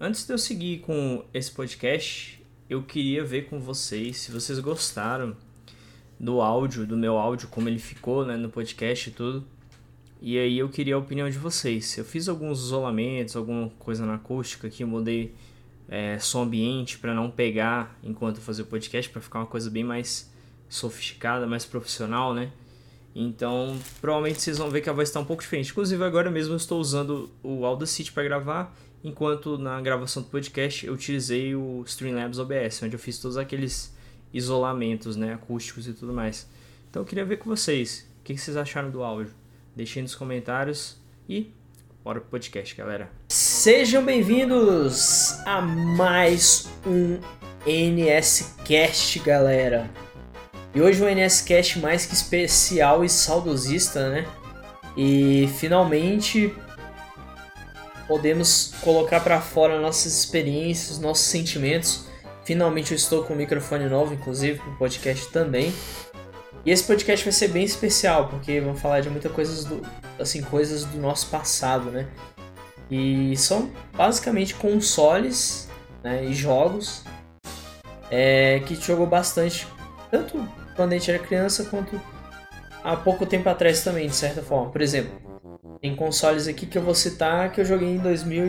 Antes de eu seguir com esse podcast, eu queria ver com vocês se vocês gostaram do meu áudio, como ele ficou, né, no podcast e tudo. E aí eu queria a opinião de vocês. Eu fiz alguns isolamentos, alguma coisa na acústica aqui, eu mudei som ambiente para não pegar enquanto eu fazia o podcast, para ficar uma coisa bem mais sofisticada, mais profissional, né? Então, provavelmente vocês vão ver que a voz está um pouco diferente. Inclusive, agora mesmo eu estou usando o Audacity para gravar, enquanto na gravação do podcast eu utilizei o Streamlabs OBS, onde eu fiz todos aqueles isolamentos, né, acústicos e tudo mais. Então, eu queria ver com vocês o que vocês acharam do áudio. Deixem nos comentários e bora pro podcast, galera. Sejam bem-vindos a mais um NSCast, galera. E hoje um NSCast mais que especial e saudosista, né? E finalmente podemos colocar para fora nossas experiências, nossos sentimentos. Finalmente eu estou com um microfone novo, inclusive, para o podcast também. E esse podcast vai ser bem especial, porque vamos falar de muitas coisas coisas do nosso passado, né? E são basicamente consoles, né, e jogos que jogou bastante, tanto quando a gente era criança, quanto há pouco tempo atrás também, de certa forma. Por exemplo, tem consoles aqui que eu vou citar que eu joguei em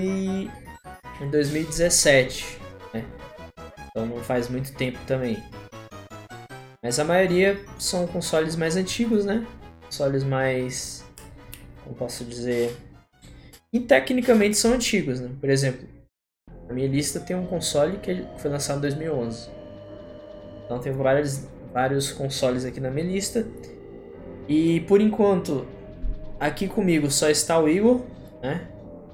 2017, né? Então não faz muito tempo também. Mas a maioria são consoles mais antigos, né? Consoles mais... como posso dizer... e tecnicamente são antigos, né? Por exemplo, na minha lista tem um console que foi lançado em 2011. Então tem vários consoles aqui na minha lista. E por enquanto, aqui comigo só está o Igor, né?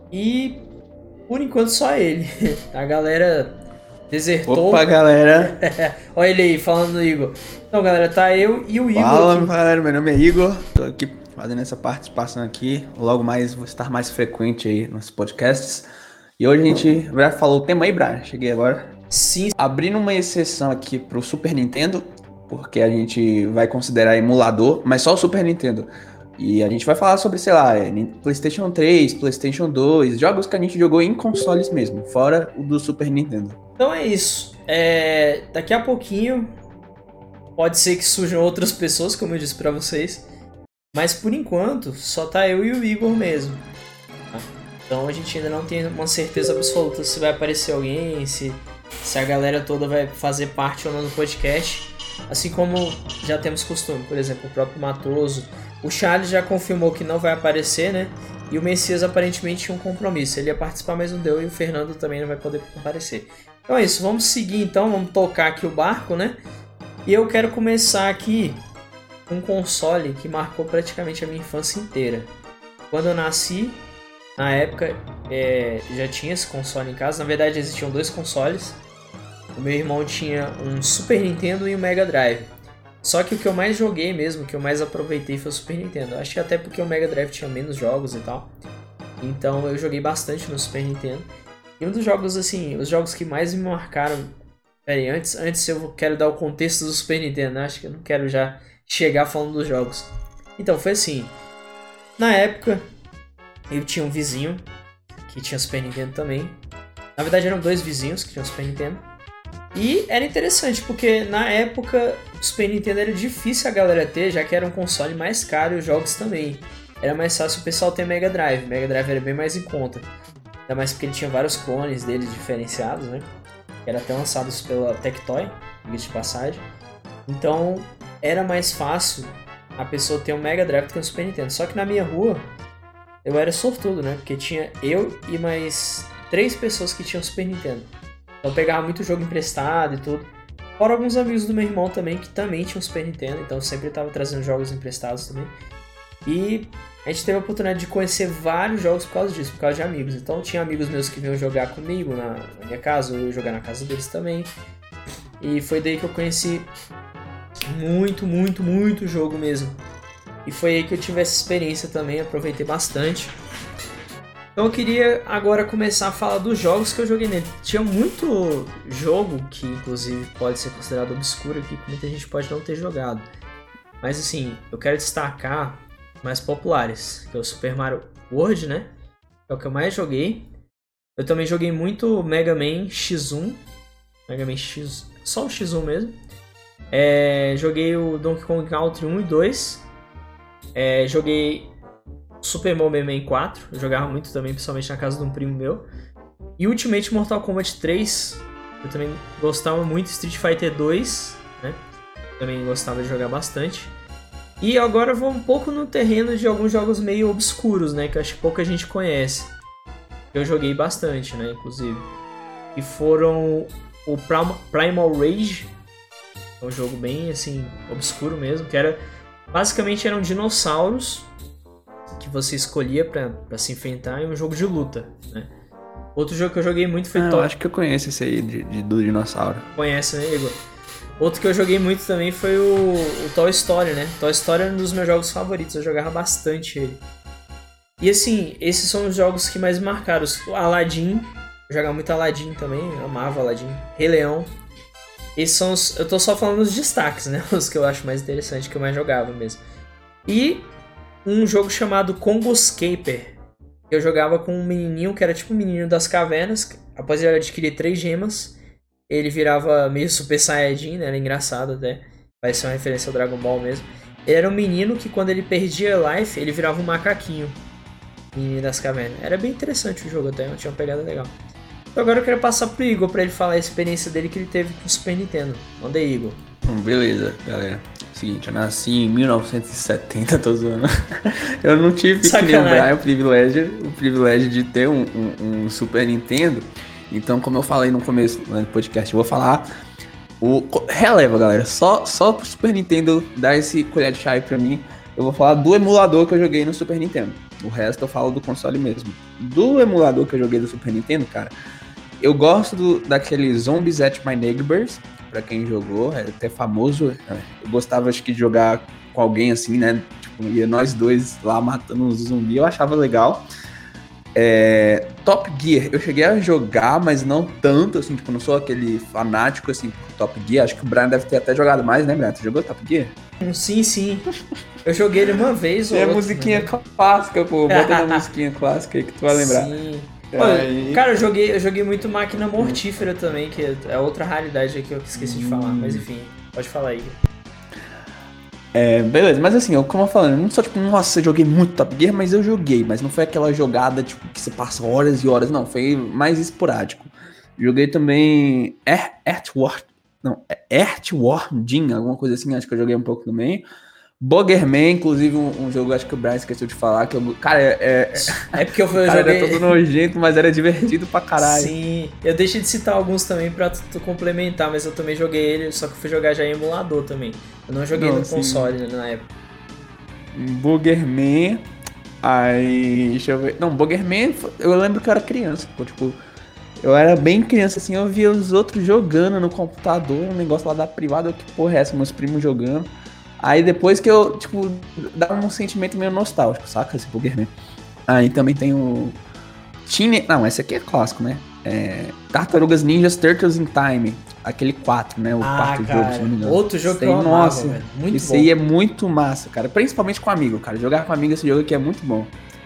E por enquanto só ele. A galera desertou. Opa, galera! Olha ele aí, falando do Igor. Então, galera, tá eu e o Igor. Fala, aqui. galera, meu nome é Igor. Tô aqui fazendo essa participação aqui. Logo mais vou estar mais frequente aí nos podcasts. E hoje a gente já falou o tema aí, Brian. Cheguei agora. Sim. Abrindo uma exceção aqui pro Super Nintendo, porque a gente vai considerar emulador, mas só o Super Nintendo. E a gente vai falar sobre, sei lá, PlayStation 3, PlayStation 2, jogos que a gente jogou em consoles mesmo, fora o do Super Nintendo. Então é isso. Daqui a pouquinho pode ser que surjam outras pessoas, como eu disse pra vocês. Mas por enquanto só tá eu e o Igor mesmo. Tá? Então a gente ainda não tem uma certeza absoluta se vai aparecer alguém, se a galera toda vai fazer parte ou não do podcast. Assim como já temos costume, por exemplo, o próprio Matoso. O Charles já confirmou que não vai aparecer, né? E o Messias aparentemente tinha um compromisso. Ele ia participar, mas não deu. E o Fernando também não vai poder comparecer. Então é isso, vamos seguir então, vamos tocar aqui o barco, né? E eu quero começar aqui com um console que marcou praticamente a minha infância inteira. Quando eu nasci, na época, já tinha esse console em casa. Na verdade, existiam dois consoles. O meu irmão tinha um Super Nintendo e um Mega Drive. Só que o que eu mais joguei mesmo, o que eu mais aproveitei foi o Super Nintendo. Acho que até porque o Mega Drive tinha menos jogos e tal. Então eu joguei bastante no Super Nintendo. E um dos jogos, assim, os jogos que mais me marcaram... Peraí, antes eu quero dar o contexto do Super Nintendo, né? Acho que eu não quero já chegar falando dos jogos. Então, foi assim. Na época, eu tinha um vizinho que tinha Super Nintendo também. Na verdade, eram dois vizinhos que tinham Super Nintendo. E era interessante, porque na época o Super Nintendo era difícil a galera ter, já que era um console mais caro e os jogos também. Era mais fácil o pessoal ter Mega Drive. Mega Drive era bem mais em conta. Ainda mais porque ele tinha vários clones deles diferenciados, né? Que eram até lançados pela Tectoy, diga-se de passagem. Então era mais fácil a pessoa ter um Mega Drive do que um Super Nintendo. Só que na minha rua eu era sortudo, né? Porque tinha eu e mais 3 pessoas que tinham Super Nintendo. Então eu pegava muito jogo emprestado e tudo. Fora alguns amigos do meu irmão também, que também tinham Super Nintendo. Então eu sempre estava trazendo jogos emprestados também. E a gente teve a oportunidade de conhecer vários jogos por causa disso, por causa de amigos. Então tinha amigos meus que vinham jogar comigo na minha casa, ou eu jogar na casa deles também. E foi daí que eu conheci muito jogo mesmo. E foi aí que eu tive essa experiência também, aproveitei bastante. Então eu queria agora começar a falar dos jogos que eu joguei nele. Tinha muito jogo que inclusive pode ser considerado obscuro aqui, que muita gente pode não ter jogado. Mas assim, eu quero destacar mais populares, que é o Super Mario World, né? É o que eu mais joguei. Eu também joguei muito Mega Man X1. Mega Man X... Só o X1 mesmo. Joguei o Donkey Kong Country 1 e 2. Joguei Super Bomberman 4. Eu jogava muito também, principalmente na casa de um primo meu. E Ultimate Mortal Kombat 3. Eu também gostava muito. Street Fighter 2, né? Também gostava de jogar bastante. E agora eu vou um pouco no terreno de alguns jogos meio obscuros, né? Que eu acho que pouca gente conhece. Eu joguei bastante, né? Inclusive. E foram o Primal Rage. É um jogo bem, assim, obscuro mesmo. Que era... Basicamente eram dinossauros que você escolhia pra se enfrentar em um jogo de luta, né? Outro jogo que eu joguei muito foi Eu acho que eu conheço esse aí do dinossauro. Conhece, né, Igor? Outro que eu joguei muito também foi o Toy Story, né? Toy Story é um dos meus jogos favoritos, eu jogava bastante ele. E assim, esses são os jogos que mais me marcaram. O Aladdin, eu jogava muito Aladdin também, eu amava Aladdin. Rei Leão. Esses são os... Eu tô só falando dos destaques, né? Os que eu acho mais interessantes, que eu mais jogava mesmo. E um jogo chamado Congoscaper. Eu jogava com um menininho que era tipo um menino das cavernas. Após ele adquirir 3 gemas, ele virava meio Super Saiyajin, né? Era engraçado até. Vai ser uma referência ao Dragon Ball mesmo. Ele era um menino que quando ele perdia life, ele virava um macaquinho. Menino das cavernas. Era bem interessante o jogo até, tinha uma pegada legal. Então agora eu quero passar pro Igor pra ele falar a experiência dele que ele teve com o Super Nintendo. Manda aí, Igor. Beleza, galera. Seguinte, eu nasci em 1970, tô zoando. Eu não tive que lembrar o privilégio de ter um Super Nintendo. Então, como eu falei no começo do podcast, eu vou falar releva, galera. Só pro Super Nintendo dar esse colher de chá aí pra mim. Eu vou falar do emulador que eu joguei no Super Nintendo. O resto eu falo do console mesmo. Do emulador que eu joguei do Super Nintendo, cara, eu gosto daquele Zombies at My Neighbors. Pra quem jogou, é até famoso. Eu gostava, acho que, de jogar com alguém assim, né? Tipo, ia nós dois lá matando uns zumbis. Eu achava legal. Top Gear, eu cheguei a jogar, mas não tanto, assim, tipo, não sou aquele fanático, assim, por Top Gear. Acho que o Brian deve ter até jogado mais, né, Brian? Tu jogou Top Gear? Sim. Eu joguei ele uma vez ou outra. É a musiquinha clássica, pô. Bota na musiquinha clássica aí que tu vai lembrar. Sim. Pô, cara, eu joguei muito Máquina Mortífera também, que é outra raridade aqui que eu esqueci de falar. Mas enfim, pode falar aí. Beleza, mas assim, como eu falando, não só tipo, nossa, eu joguei muito Top Gear, mas eu joguei, mas não foi aquela jogada tipo que você passa horas e horas, não, foi mais esporádico. Joguei também Earthworm Jim, alguma coisa assim, acho que eu joguei um pouco também. Boogerman, inclusive um jogo, acho que o Brian esqueceu de falar, que cara, porque eu joguei... Era todo nojento, mas era divertido pra caralho. Sim, eu deixei de citar alguns também pra tu complementar, mas eu também joguei ele, só que eu fui jogar já em emulador também. Eu não joguei no console, né, na época. Boogerman, aí, deixa eu ver... Não, Boogerman, eu lembro que eu era criança, pô, tipo... Eu era bem criança, assim, eu via os outros jogando no computador, um negócio lá da privada, que porra é essa, meus primos jogando. Aí depois que eu, tipo, dá um sentimento meio nostálgico, saca? Esse Boogerman. Aí também tem o... Não, esse aqui é clássico, né? Tartarugas Ninjas Turtles in Time. Aquele 4, né? O quarto cara, jogo, se não me engano. Outro jogo que eu amava, velho. Muito esse bom. aí é muito massa, cara. Principalmente com amigo, cara. Jogar com amigo esse jogo aqui é muito bom.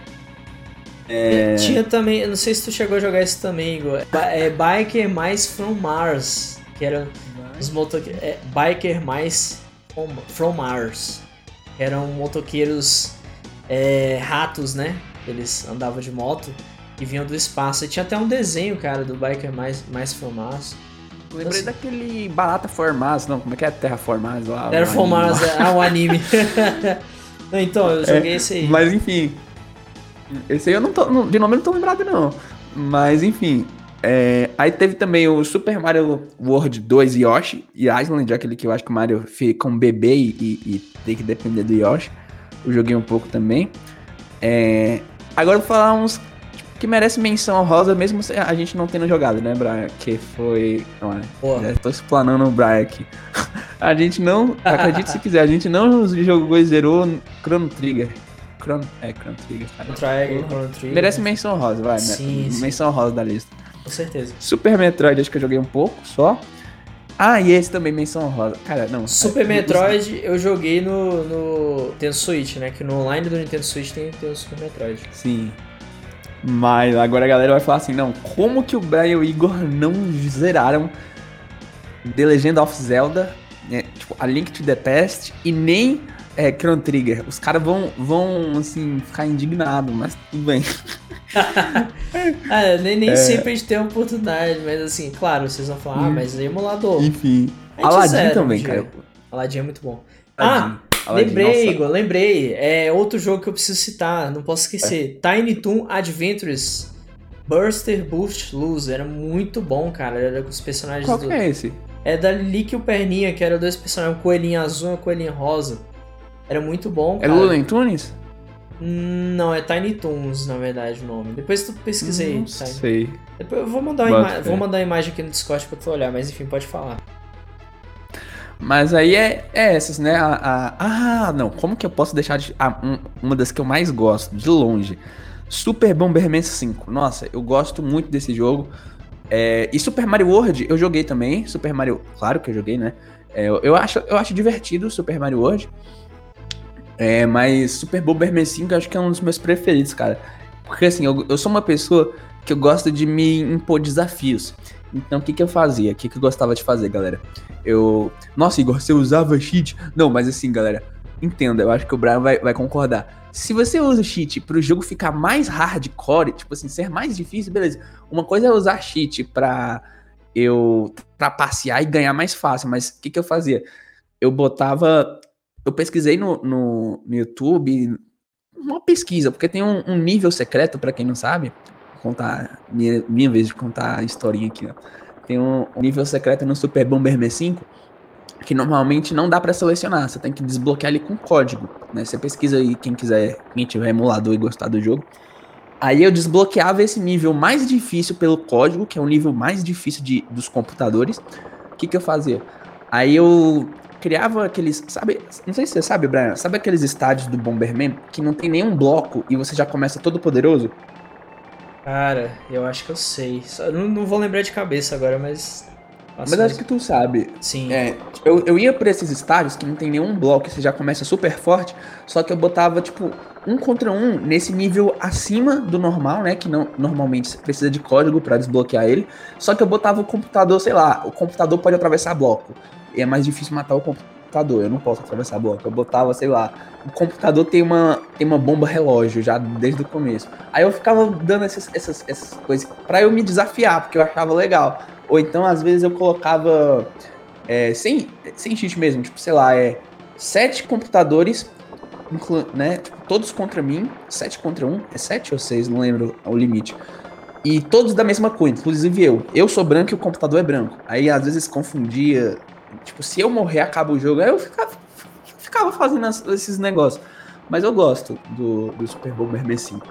Tinha também, eu não sei se tu chegou a jogar esse também, Igor. Biker Mais From Mars. Que era os motoqueiros... Biker Mais From Mars. Eram motoqueiros ratos, né? Eles andavam de moto e vinham do espaço. E tinha até um desenho, cara, do Biker Mais From Mars. Lembrei daquele Barata For Mars, não, como é que é? Terra For Mars lá? Terra For Mars, o anime. Não, então, eu joguei esse aí. Mas enfim, esse aí eu de nome eu não tô lembrado não. Mas enfim, aí teve também o Super Mario World 2 Yoshi e Island, aquele que eu acho que o Mario fica um bebê e tem que depender do Yoshi. Eu joguei um pouco também. Agora eu vou falar uns que merecem menção honrosa, mesmo a gente não tendo jogado, né, Brian? Que foi... Já tô explanando o Brian aqui. A gente não... Acredite se quiser, a gente não jogou e zerou Chrono Trigger. Chrono Trigger, cara. Chrono Trigger. Merece menção honrosa, vai. Sim. Menção honrosa da lista. Com certeza. Super Metroid, acho que eu joguei um pouco só. E esse também, menção honrosa. Cara, não. Super Metroid eu joguei no Nintendo Switch, né? Que no online do Nintendo Switch tem o Super Metroid. Sim. Mas agora a galera vai falar assim, não, como que o Brian e o Igor não zeraram The Legend of Zelda, né, tipo, A Link to the Past e nem Chrono Trigger? Os caras vão, assim, ficar indignados, mas tudo bem. Nem sempre a gente tem a oportunidade, mas assim, claro, vocês vão falar, mas é emulador. Enfim, Aladdin também, cara. Aladdin é muito bom. Aladdin, Lembrei, nossa. Igor, lembrei. É outro jogo que eu preciso citar, não posso esquecer. Tiny Toon Adventures Buster Boost Loose. Era muito bom, cara. Era com os personagens Qual que é esse? É da Lilique e o Perninha, que eram dois personagens, um coelhinho azul e um coelhinho rosa. Era muito bom, cara. É Looney Tunes? Não, é Tiny Toons, na verdade, o nome. Depois tu pesquisa aí. Não sei. Depois eu vou mandar a imagem aqui no Discord pra tu olhar, mas enfim, pode falar. Mas aí é essas, né? Não. Como que eu posso deixar de... uma das que eu mais gosto, de longe. Super Bomberman 5. Nossa, eu gosto muito desse jogo. E Super Mario World eu joguei também. Super Mario... Claro que eu joguei, né? Eu acho divertido Super Mario World. Mas Super Bomberman 5 eu acho que é um dos meus preferidos, cara. Porque assim, eu sou uma pessoa que eu gosto de me impor desafios. Então o que eu fazia? O que eu gostava de fazer, galera? Nossa, Igor, você usava cheat? Não, mas assim, galera, entenda, eu acho que o Brian vai concordar. Se você usa cheat pro jogo ficar mais hardcore, tipo assim, ser mais difícil, beleza. Uma coisa é usar cheat pra passear e ganhar mais fácil, mas o que eu fazia? Eu pesquisei no YouTube, uma pesquisa, porque tem um nível secreto, pra quem não sabe. Vou contar, minha vez de contar a historinha aqui, ó. Tem um nível secreto no Super Bomberman 5, que normalmente não dá pra selecionar, você tem que desbloquear ele com código, né? Você pesquisa aí, quem tiver emulador e gostar do jogo. Aí eu desbloqueava esse nível mais difícil pelo código, que é o nível mais difícil dos computadores. O que eu fazia? Aí eu criava aqueles, sabe, não sei se você sabe, Brian, sabe aqueles estádios do Bomberman que não tem nenhum bloco e você já começa todo poderoso? Cara, eu acho que eu sei. Só, não vou lembrar de cabeça agora, mas... Mas acho que tu sabe. Sim. Eu ia pra esses estádios que não tem nenhum bloco, você já começa super forte, só que eu botava, tipo, 1 contra 1 nesse nível acima do normal, né? Que não, normalmente você precisa de código pra desbloquear ele. Só que eu botava o computador, sei lá, o computador pode atravessar bloco. E é mais difícil matar o computador, eu não posso atravessar bloco. Eu botava, sei lá, o computador tem uma bomba relógio já desde o começo. Aí eu ficava dando essas coisas pra eu me desafiar, porque eu achava legal. Ou então, às vezes, eu colocava sem cheat mesmo, tipo, sei lá, 7 computadores, né, tipo, todos contra mim, 7 contra 1, é 7 ou 6, não lembro o limite. E todos da mesma cor, inclusive eu. Eu sou branco e o computador é branco. Aí, às vezes, confundia, tipo, se eu morrer, acaba o jogo. Aí eu ficava fazendo esses negócios. Mas eu gosto do Super Bomberman 5.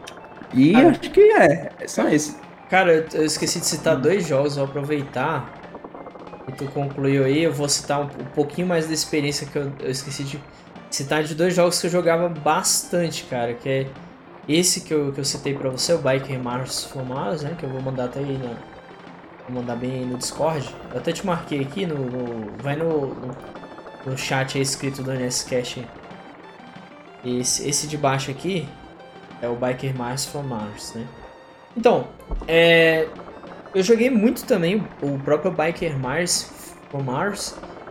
E acho que só esse. Cara, eu esqueci de citar 2 jogos, vou aproveitar que tu concluiu aí, eu vou citar um pouquinho mais da experiência que eu esqueci de citar de 2 jogos que eu jogava bastante, cara, que é esse que eu citei pra você, o Biker Mars from Mars, né, que eu vou mandar até aí vou mandar bem aí no Discord, eu até te marquei aqui, vai no chat aí escrito do NSCast. Esse de baixo aqui é o Biker Mars from Mars, né. Então, eu joguei muito também o próprio Biker Mars from Mars.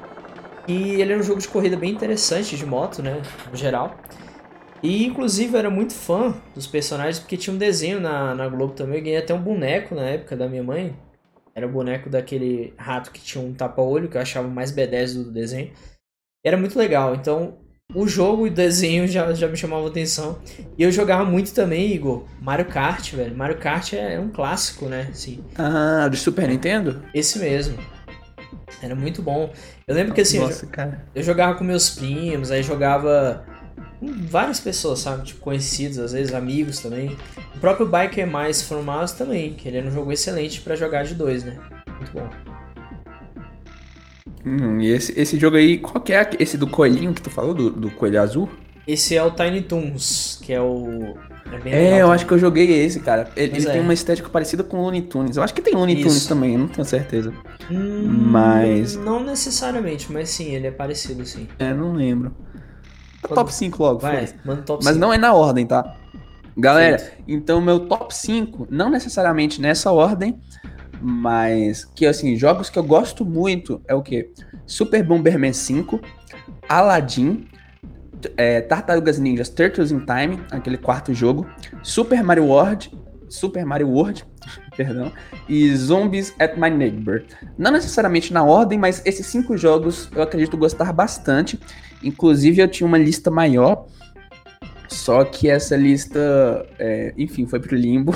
E ele é um jogo de corrida bem interessante, de moto, né, no geral. E, inclusive, eu era muito fã dos personagens, porque tinha um desenho na Globo também. Eu ganhei até um boneco na época da minha mãe. Era o boneco daquele rato que tinha um tapa-olho, que eu achava mais B10 do desenho. Era muito legal, então... O jogo e o desenho já me chamavam atenção. E eu jogava muito também, Igor, Mario Kart, velho. Mario Kart é um clássico, né? Assim, do Super Nintendo? Esse mesmo. Era muito bom. Eu lembro que assim, Nossa, cara. Eu jogava com meus primos, aí jogava com várias pessoas, sabe? Tipo, conhecidos, às vezes amigos também. O próprio Biker Mais from Mars também, que ele era um jogo excelente pra jogar de 2, né? Muito bom. E esse jogo aí, qual que é esse do coelhinho que tu falou, do coelho azul? Esse é o Tiny Toons, que é o... bem legal, eu acho que eu joguei esse, cara. Ele Pois tem uma estética parecida com o Looney Tunes. Eu acho que tem Looney Tunes também, eu não tenho certeza. Mas... Não necessariamente, mas sim, ele é parecido, sim. não lembro. Top 5 logo, Vai, manda top 5. Mas não é na ordem, tá? Galera, Feito. então meu top 5, não necessariamente nessa ordem, mas que assim, jogos que eu gosto muito é o quê? Super Bomberman 5, Aladdin, Tartarugas Ninjas Turtles in Time, aquele quarto jogo, Super Mario World, perdão, e Zombies at My Neighbor. Não necessariamente na ordem, mas esses 5 jogos eu acredito gostar bastante. Inclusive eu tinha uma lista maior, só que essa lista, enfim, foi pro limbo.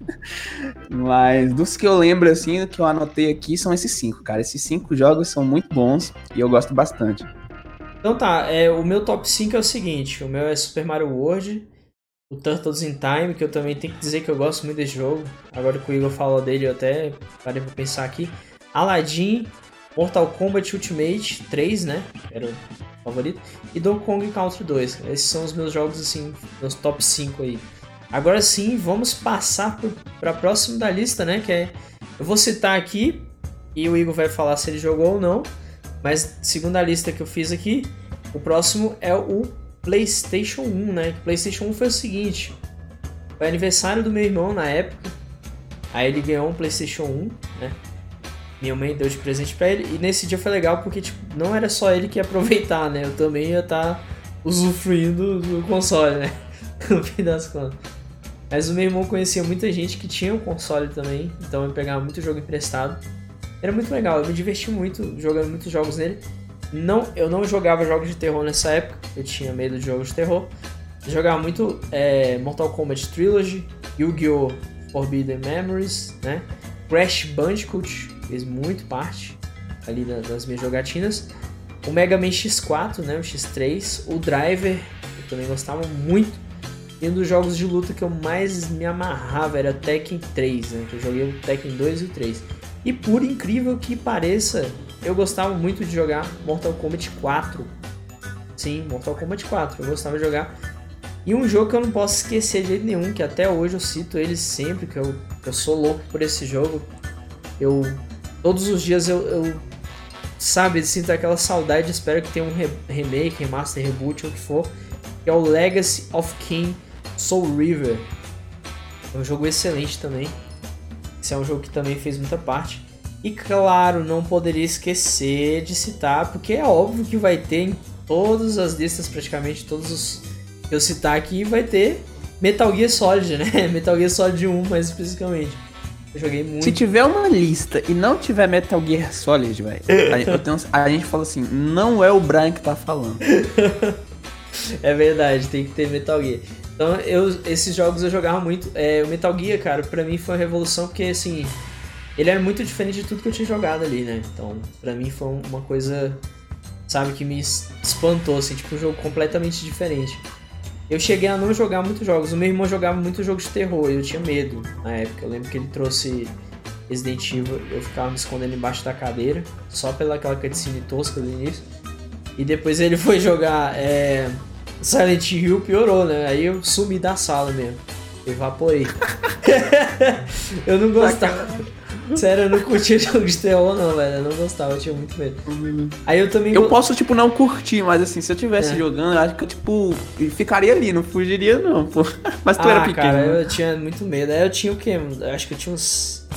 Mas dos que eu lembro, assim, que eu anotei aqui, são esses 5, cara. Esses 5 jogos são muito bons e eu gosto bastante. Então tá, o meu top 5 é o seguinte, o meu é Super Mario World, o Turtles in Time, que eu também tenho que dizer que eu gosto muito desse jogo. Agora que o Igor falou dele, eu até parei pra pensar aqui. Aladdin, Mortal Kombat Ultimate 3, né? Era o favorito. E Donkey Kong Country 2. Esses são os meus jogos, assim, meus top 5 aí. Agora sim, vamos passar para próximo da lista, né? Eu vou citar aqui e o Igor vai falar se ele jogou ou não. Mas segundo a lista que eu fiz aqui, o próximo é o PlayStation 1, né? O PlayStation 1 foi o seguinte: foi aniversário do meu irmão na época. Aí ele ganhou um PlayStation 1, né? Minha mãe deu de presente pra ele. E nesse dia foi legal porque tipo, não era só ele que ia aproveitar, né? Eu também ia estar usufruindo do console, né? No fim das contas. Mas o meu irmão conhecia muita gente que tinha um console também, então eu pegava muito jogo emprestado. Era muito legal, eu me diverti muito jogando muitos jogos nele. Eu não jogava jogos de terror nessa época, eu tinha medo de jogos de terror. Eu jogava muito Mortal Kombat Trilogy, Yu-Gi-Oh! Forbidden Memories, né? Crash Bandicoot fez muito parte ali das minhas jogatinas. O Mega Man X4, né? O X3, o Driver, eu também gostava muito. E um dos jogos de luta que eu mais me amarrava era Tekken 3, né? Que eu joguei o Tekken 2 e o 3. E por incrível que pareça, eu gostava muito de jogar Mortal Kombat 4. Sim, Mortal Kombat 4, eu gostava de jogar. E um jogo que eu não posso esquecer de jeito nenhum, que até hoje eu cito ele sempre, que eu sou louco por esse jogo. Todos os dias eu sabe, sinto aquela saudade, espero que tenha um remake, remaster, reboot, ou o que for. Que é o Legacy of Kain Soul River. É um jogo excelente também. Esse é um jogo que também fez muita parte. E claro, não poderia esquecer de citar, porque é óbvio que vai ter em todas as listas, praticamente todos os que eu citar aqui, vai ter Metal Gear Solid, né? Metal Gear Solid 1 mais especificamente. Eu joguei muito. Se tiver uma lista e não tiver Metal Gear Solid, velho, a gente fala assim, não é o Brian que tá falando. É verdade, tem que ter Metal Gear. Então, esses jogos eu jogava muito. O Metal Gear, cara, pra mim foi uma revolução, porque, assim, ele era muito diferente de tudo que eu tinha jogado ali, né? Então, pra mim foi uma coisa, sabe, que me espantou, assim, tipo, um jogo completamente diferente. Eu cheguei a não jogar muitos jogos. O meu irmão jogava muitos jogos de terror, e eu tinha medo na época. Eu lembro que ele trouxe Resident Evil, eu ficava me escondendo embaixo da cadeira, só pelaquela cutscene tosca do início. E depois ele foi jogar Silent Hill, piorou, né? Aí eu sumi da sala mesmo. Evaporei. Eu não gostava. Sério, eu não curtia jogo de terror, não, velho. Eu não gostava, eu tinha muito medo. Aí eu também. Eu posso, tipo, não curtir, mas assim, se eu tivesse jogando, eu acho que eu, tipo, ficaria ali, não fugiria, não, pô. Mas tu era pequeno. Cara, né? eu tinha muito medo. Aí eu tinha o quê? Eu acho que eu tinha uns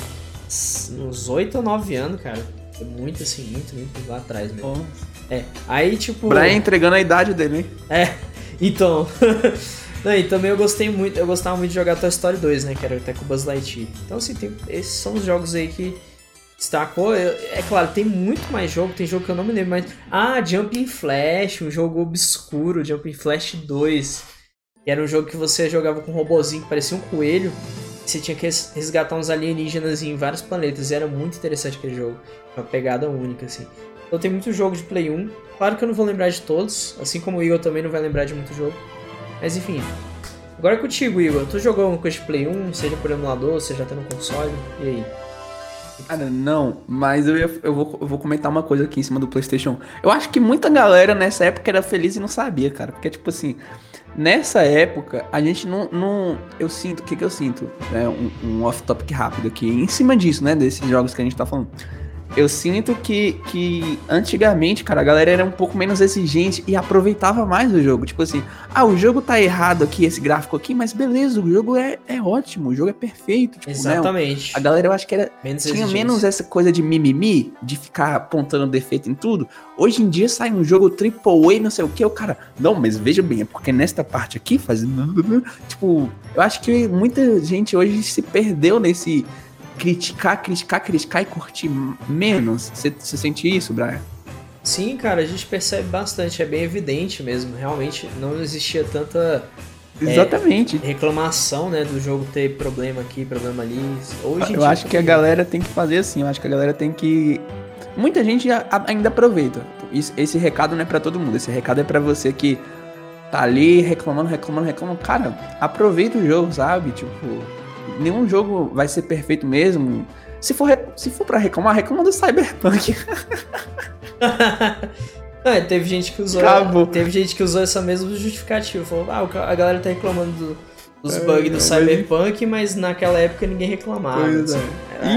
8 ou 9 anos, cara. Muito assim, muito lá atrás mesmo. Aí tipo... Brian entregando a idade dele, hein? Então... Não, e também eu gostava muito de jogar Toy Story 2, né, que era até com o Buzz Lightyear. Então assim, esses são os jogos aí que destacou. É claro, tem muito mais jogo, tem jogo que eu não me lembro mais. Jumping Flash, um jogo obscuro, Jumping Flash 2. Que era um jogo que você jogava com um robozinho que parecia um coelho. Você tinha que resgatar uns alienígenas em vários planetas. E era muito interessante aquele jogo. Uma pegada única, assim. Então tem muito jogo de Play 1. Claro que eu não vou lembrar de todos. Assim como o Igor também não vai lembrar de muito jogo. Mas enfim. Agora é contigo, Igor. Tu jogou alguma coisa de Play 1? Seja por emulador, seja até no console? E aí? Cara, não. Mas eu vou comentar uma coisa aqui em cima do PlayStation 1. Eu acho que muita galera nessa época era feliz e não sabia, cara. Porque, tipo assim... Nessa época, a gente não eu sinto... O que eu sinto? Um off-topic rápido aqui. Em cima disso, né? Desses jogos que a gente tá falando. Eu sinto que antigamente, cara, a galera era um pouco menos exigente e aproveitava mais o jogo. Tipo assim, o jogo tá errado aqui, esse gráfico aqui, mas beleza, o jogo é ótimo, o jogo é perfeito. Tipo, exatamente. Né? A galera, eu acho que tinha menos essa coisa de mimimi, de ficar apontando defeito em tudo. Hoje em dia sai um jogo AAA, não sei o que, o cara, não, mas veja bem, é porque nesta parte aqui faz... Tipo, eu acho que muita gente hoje se perdeu nesse... criticar e curtir menos. Você sente isso, Brian? Sim, cara, a gente percebe bastante, é bem evidente mesmo. Realmente não existia tanta exatamente reclamação, né, do jogo ter problema aqui, problema ali. Hoje eu acho que a galera tem que fazer assim, eu acho que a galera tem que... Muita gente ainda aproveita. Esse recado não é pra todo mundo, esse recado é pra você que tá ali reclamando. Cara, aproveita o jogo, sabe? Tipo... Nenhum jogo vai ser perfeito mesmo. Se for pra reclamar, reclama do Cyberpunk. Teve gente que usou essa mesma justificativa. Falou, a galera tá reclamando dos bugs do Cyberpunk, mas naquela época ninguém reclamava. Pois assim.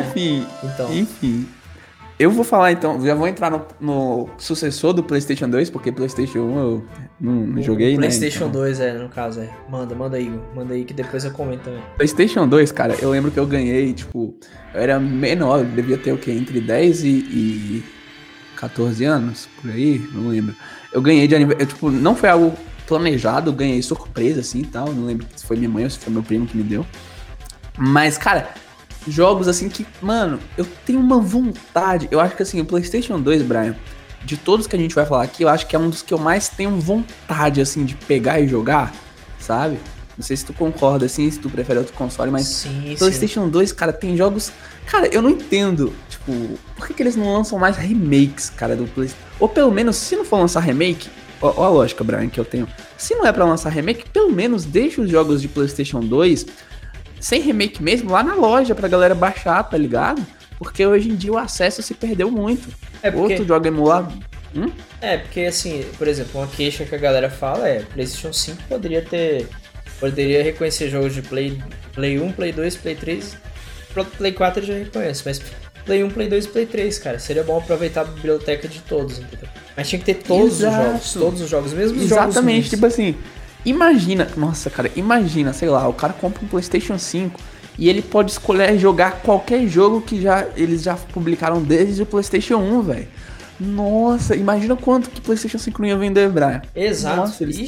Enfim. Eu vou falar então, já vou entrar no sucessor do PlayStation 2, porque PlayStation 1 eu não joguei, né? PlayStation 2, no caso, Manda aí, que depois eu comento também. PlayStation 2, cara, eu lembro que eu ganhei, tipo, eu era menor, eu devia ter o quê? Entre 10 e 14 anos, por aí, não lembro. Eu ganhei de aniversário, tipo, não foi algo planejado, eu ganhei surpresa, assim, e tal, não lembro se foi minha mãe ou se foi meu primo que me deu. Mas, cara... Jogos assim que, mano, eu tenho uma vontade. Eu acho que assim, o PlayStation 2, Brian, de todos que a gente vai falar aqui, eu acho que é um dos que eu mais tenho vontade, assim, de pegar e jogar, sabe? Não sei se tu concorda, assim, se tu prefere outro console, mas sim, PlayStation 2, cara, tem jogos... Cara, eu não entendo, tipo, por que eles não lançam mais remakes, cara, do PlayStation? Ou pelo menos, se não for lançar remake, ó a lógica, Brian, que eu tenho. Se não é pra lançar remake, pelo menos deixa os jogos de PlayStation 2... sem remake mesmo, lá na loja pra galera baixar, tá ligado? Porque hoje em dia o acesso se perdeu muito. Outro jogo emulado. Porque assim, por exemplo, uma queixa que a galera fala PlayStation 5 poderia reconhecer jogos de Play 1, Play 2, Play 3, Play 4 já reconhece, mas Play 1, Play 2 e Play 3, cara, seria bom aproveitar a biblioteca de todos, entendeu? Mas tinha que ter todos os jogos, mesmo os jogos. Exatamente, tipo assim... Imagina, sei lá, o cara compra um PlayStation 5 e ele pode escolher jogar qualquer jogo que eles já publicaram desde o PlayStation 1, velho. Nossa, imagina quanto que PlayStation 5 não ia vender, Brian. Exato. Nossa, eles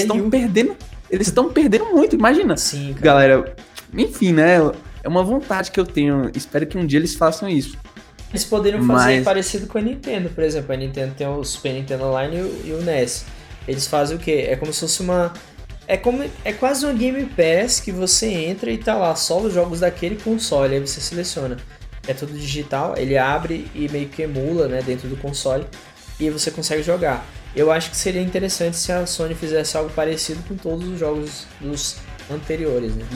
estão perdendo muito, imagina. Sim, cara. Galera, enfim, né, é uma vontade que eu tenho, espero que um dia eles façam isso. Eles poderiam fazer parecido com a Nintendo, por exemplo, a Nintendo tem o Super Nintendo Online e o NES. Eles fazem o quê? É como se fosse é quase uma Game Pass que você entra e tá lá, só os jogos daquele console, aí você seleciona. É tudo digital, ele abre e meio que emula, né, dentro do console, e você consegue jogar. Eu acho que seria interessante se a Sony fizesse algo parecido com todos os jogos dos anteriores, né?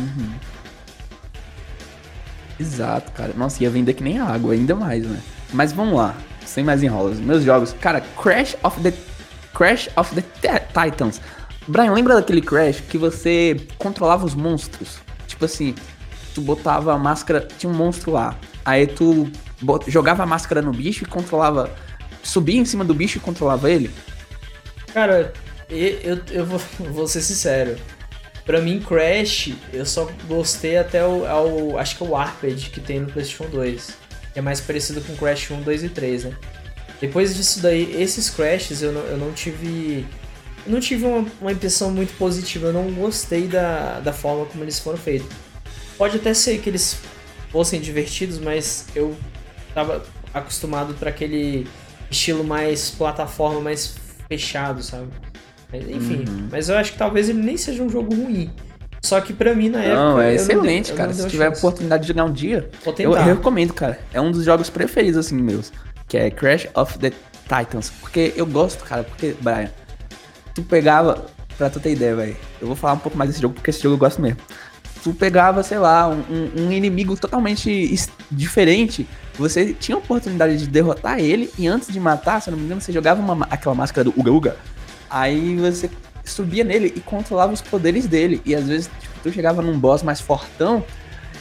Exato, cara. Nossa, ia vender que nem água, ainda mais, né? Mas vamos lá, sem mais enrolos. Meus jogos, cara, Crash of the Titans. Brian, lembra daquele Crash que você controlava os monstros? Tipo assim, tu botava a máscara, tinha um monstro lá. Aí tu jogava a máscara no bicho e controlava... Subia em cima do bicho e controlava ele? Cara, eu vou ser sincero. Pra mim, Crash, eu só gostei até acho que é o Warped que tem no PlayStation 2. Que é mais parecido com Crash 1, 2 e 3, né? Depois disso daí, esses Crashes eu não tive uma impressão muito positiva. Eu não gostei da forma como eles foram feitos. Pode até ser que eles fossem divertidos, mas eu tava acostumado para aquele estilo mais plataforma, mais fechado, sabe? Enfim, mas eu acho que talvez ele nem seja um jogo ruim. Só que pra mim, na época... Não, é excelente, cara. Se tiver a oportunidade de jogar um dia, eu recomendo, cara. É um dos jogos preferidos, assim, meus. Que é Crash of the Titans. Porque eu gosto, cara. Porque, Brian, tu pegava... Pra tu ter ideia, velho. Eu vou falar um pouco mais desse jogo, porque esse jogo eu gosto mesmo. Tu pegava, sei lá, um inimigo totalmente diferente. Você tinha a oportunidade de derrotar ele. E antes de matar, se eu não me engano, você jogava aquela máscara do Uga Uga. Aí você subia nele e controlava os poderes dele. E às vezes, tipo, tu chegava num boss mais fortão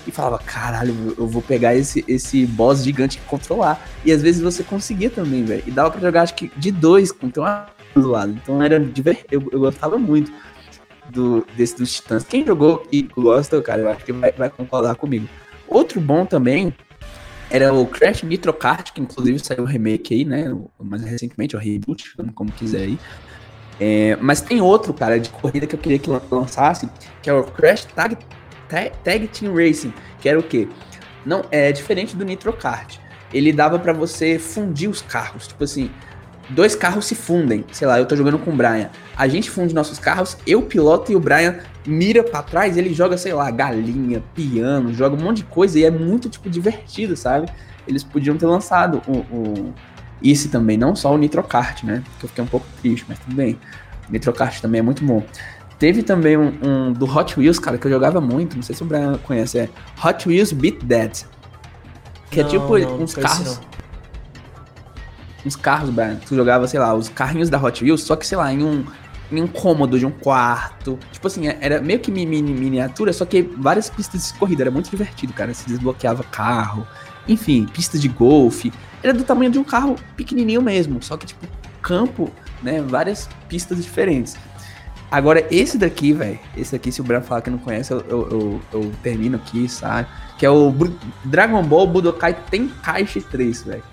e falava, caralho, eu vou pegar esse boss gigante e controlar. E às vezes você conseguia também, velho. E dava pra jogar, acho que de 2, com um do lado. Então era eu gostava muito desse dos Titãs. Quem jogou e gosta, cara, eu acho que vai concordar comigo. Outro bom também era o Crash Nitro Kart, que inclusive saiu o remake aí, né? Mais recentemente, o reboot, como quiser aí. Mas tem outro, cara, de corrida que eu queria que lançasse, que é o Crash Tag Team Racing, que era o quê? Não, é diferente do Nitro Kart. Ele dava pra você fundir os carros, tipo assim, 2 carros se fundem, sei lá, eu tô jogando com o Brian, a gente funde nossos carros, eu piloto e o Brian mira pra trás, ele joga, sei lá, galinha, piano, joga um monte de coisa e é muito, tipo, divertido, sabe? Eles podiam ter lançado esse também, não só o Nitro Kart, né? Que eu fiquei um pouco triste, mas tudo bem. O Nitro Kart também é muito bom. Teve também um do Hot Wheels, cara, que eu jogava muito, não sei se o Brian conhece, é Hot Wheels Beat That. Que é tipo uns carros... Uns carros, Brian, tu jogava, sei lá, os carrinhos da Hot Wheels, só que, sei lá, em um cômodo de um quarto. Tipo assim, era meio que miniatura, só que várias pistas de corrida. Era muito divertido, cara. Se desbloqueava carro, enfim, pistas de golfe. Era do tamanho de um carro pequenininho mesmo, só que, tipo, campo, né, várias pistas diferentes. Agora, esse daqui, velho, se o Brian falar que não conhece, eu termino aqui, sabe? Que é o Dragon Ball Budokai Tenkaichi 3, velho.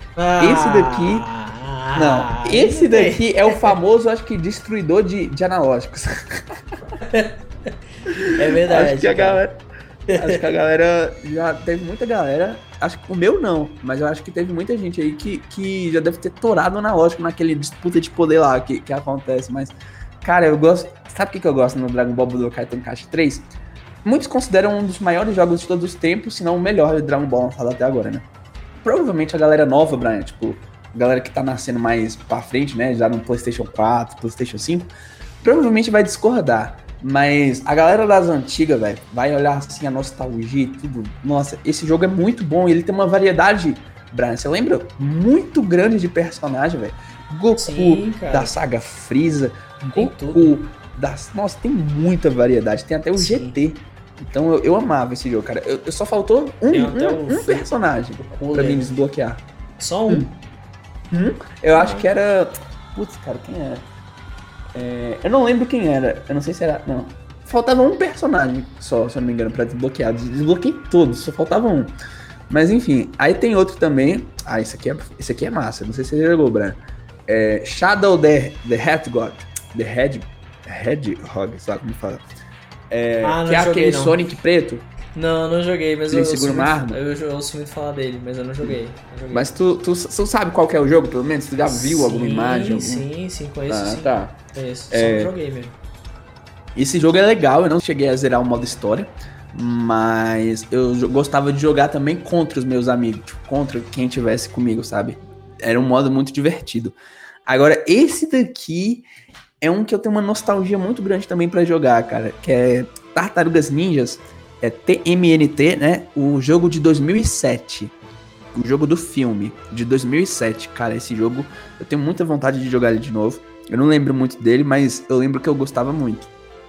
Esse daqui é o famoso, acho que, destruidor de analógicos. É verdade. Acho que a galera já teve muita galera. Acho que o meu não, mas eu acho que teve muita gente aí que já deve ter torado o analógico naquele disputa de poder lá que acontece. Mas, cara, eu gosto. Sabe o que eu gosto no Dragon Ball Budokai Tenkaichi 3? Muitos consideram um dos maiores jogos de todos os tempos, se não o melhor de Dragon Ball lançado até agora, né? Provavelmente a galera nova, Brian, tipo, a galera que tá nascendo mais pra frente, né, já no PlayStation 4, PlayStation 5, provavelmente vai discordar. Mas a galera das antigas, velho, vai olhar assim a nostalgia e tudo. Nossa, esse jogo é muito bom e ele tem uma variedade, Brian, você lembra? Muito grande de personagem, velho. Goku, sim, da saga Freeza, Goku, nossa, tem muita variedade, tem até o GT. Então eu amava esse jogo, cara. Eu só faltou um personagem pra mim desbloquear. Só um? Eu acho que era... Putz, cara, quem era? Eu não lembro quem era. Eu não sei se era... Não. Faltava um personagem só, se eu não me engano, pra desbloquear. Desbloqueei todos, só faltava um. Mas enfim, aí tem outro também. Ah, esse aqui é massa. Não sei se você jogou, Brian. Shadow the Hedgehog. Hedgehog, sabe como fala? Que é aquele não. Sonic preto. Não joguei, mas eu segura uma arma. Eu ouço muito falar dele, mas eu não joguei. Mas tu sabe qual que é o jogo, pelo menos? Tu já viu alguma imagem? Sim, conheço sim. Tá. Conheço, só não joguei mesmo. Esse jogo é legal, eu não cheguei a zerar o modo história, mas eu gostava de jogar também contra os meus amigos, tipo, contra quem estivesse comigo, sabe? Era um modo muito divertido. Agora, esse daqui é um que eu tenho uma nostalgia muito grande também pra jogar, cara, que é Tartarugas Ninjas, TMNT, né? O jogo de 2007. O jogo do filme de 2007. Cara, esse jogo eu tenho muita vontade de jogar ele de novo. Eu não lembro muito dele, mas eu lembro que eu gostava muito.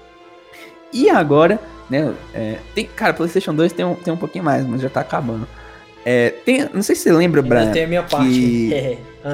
E agora, né? Cara, PlayStation 2 tem um pouquinho mais, mas já tá acabando. Não sei se você lembra, Brian. Tem a minha parte.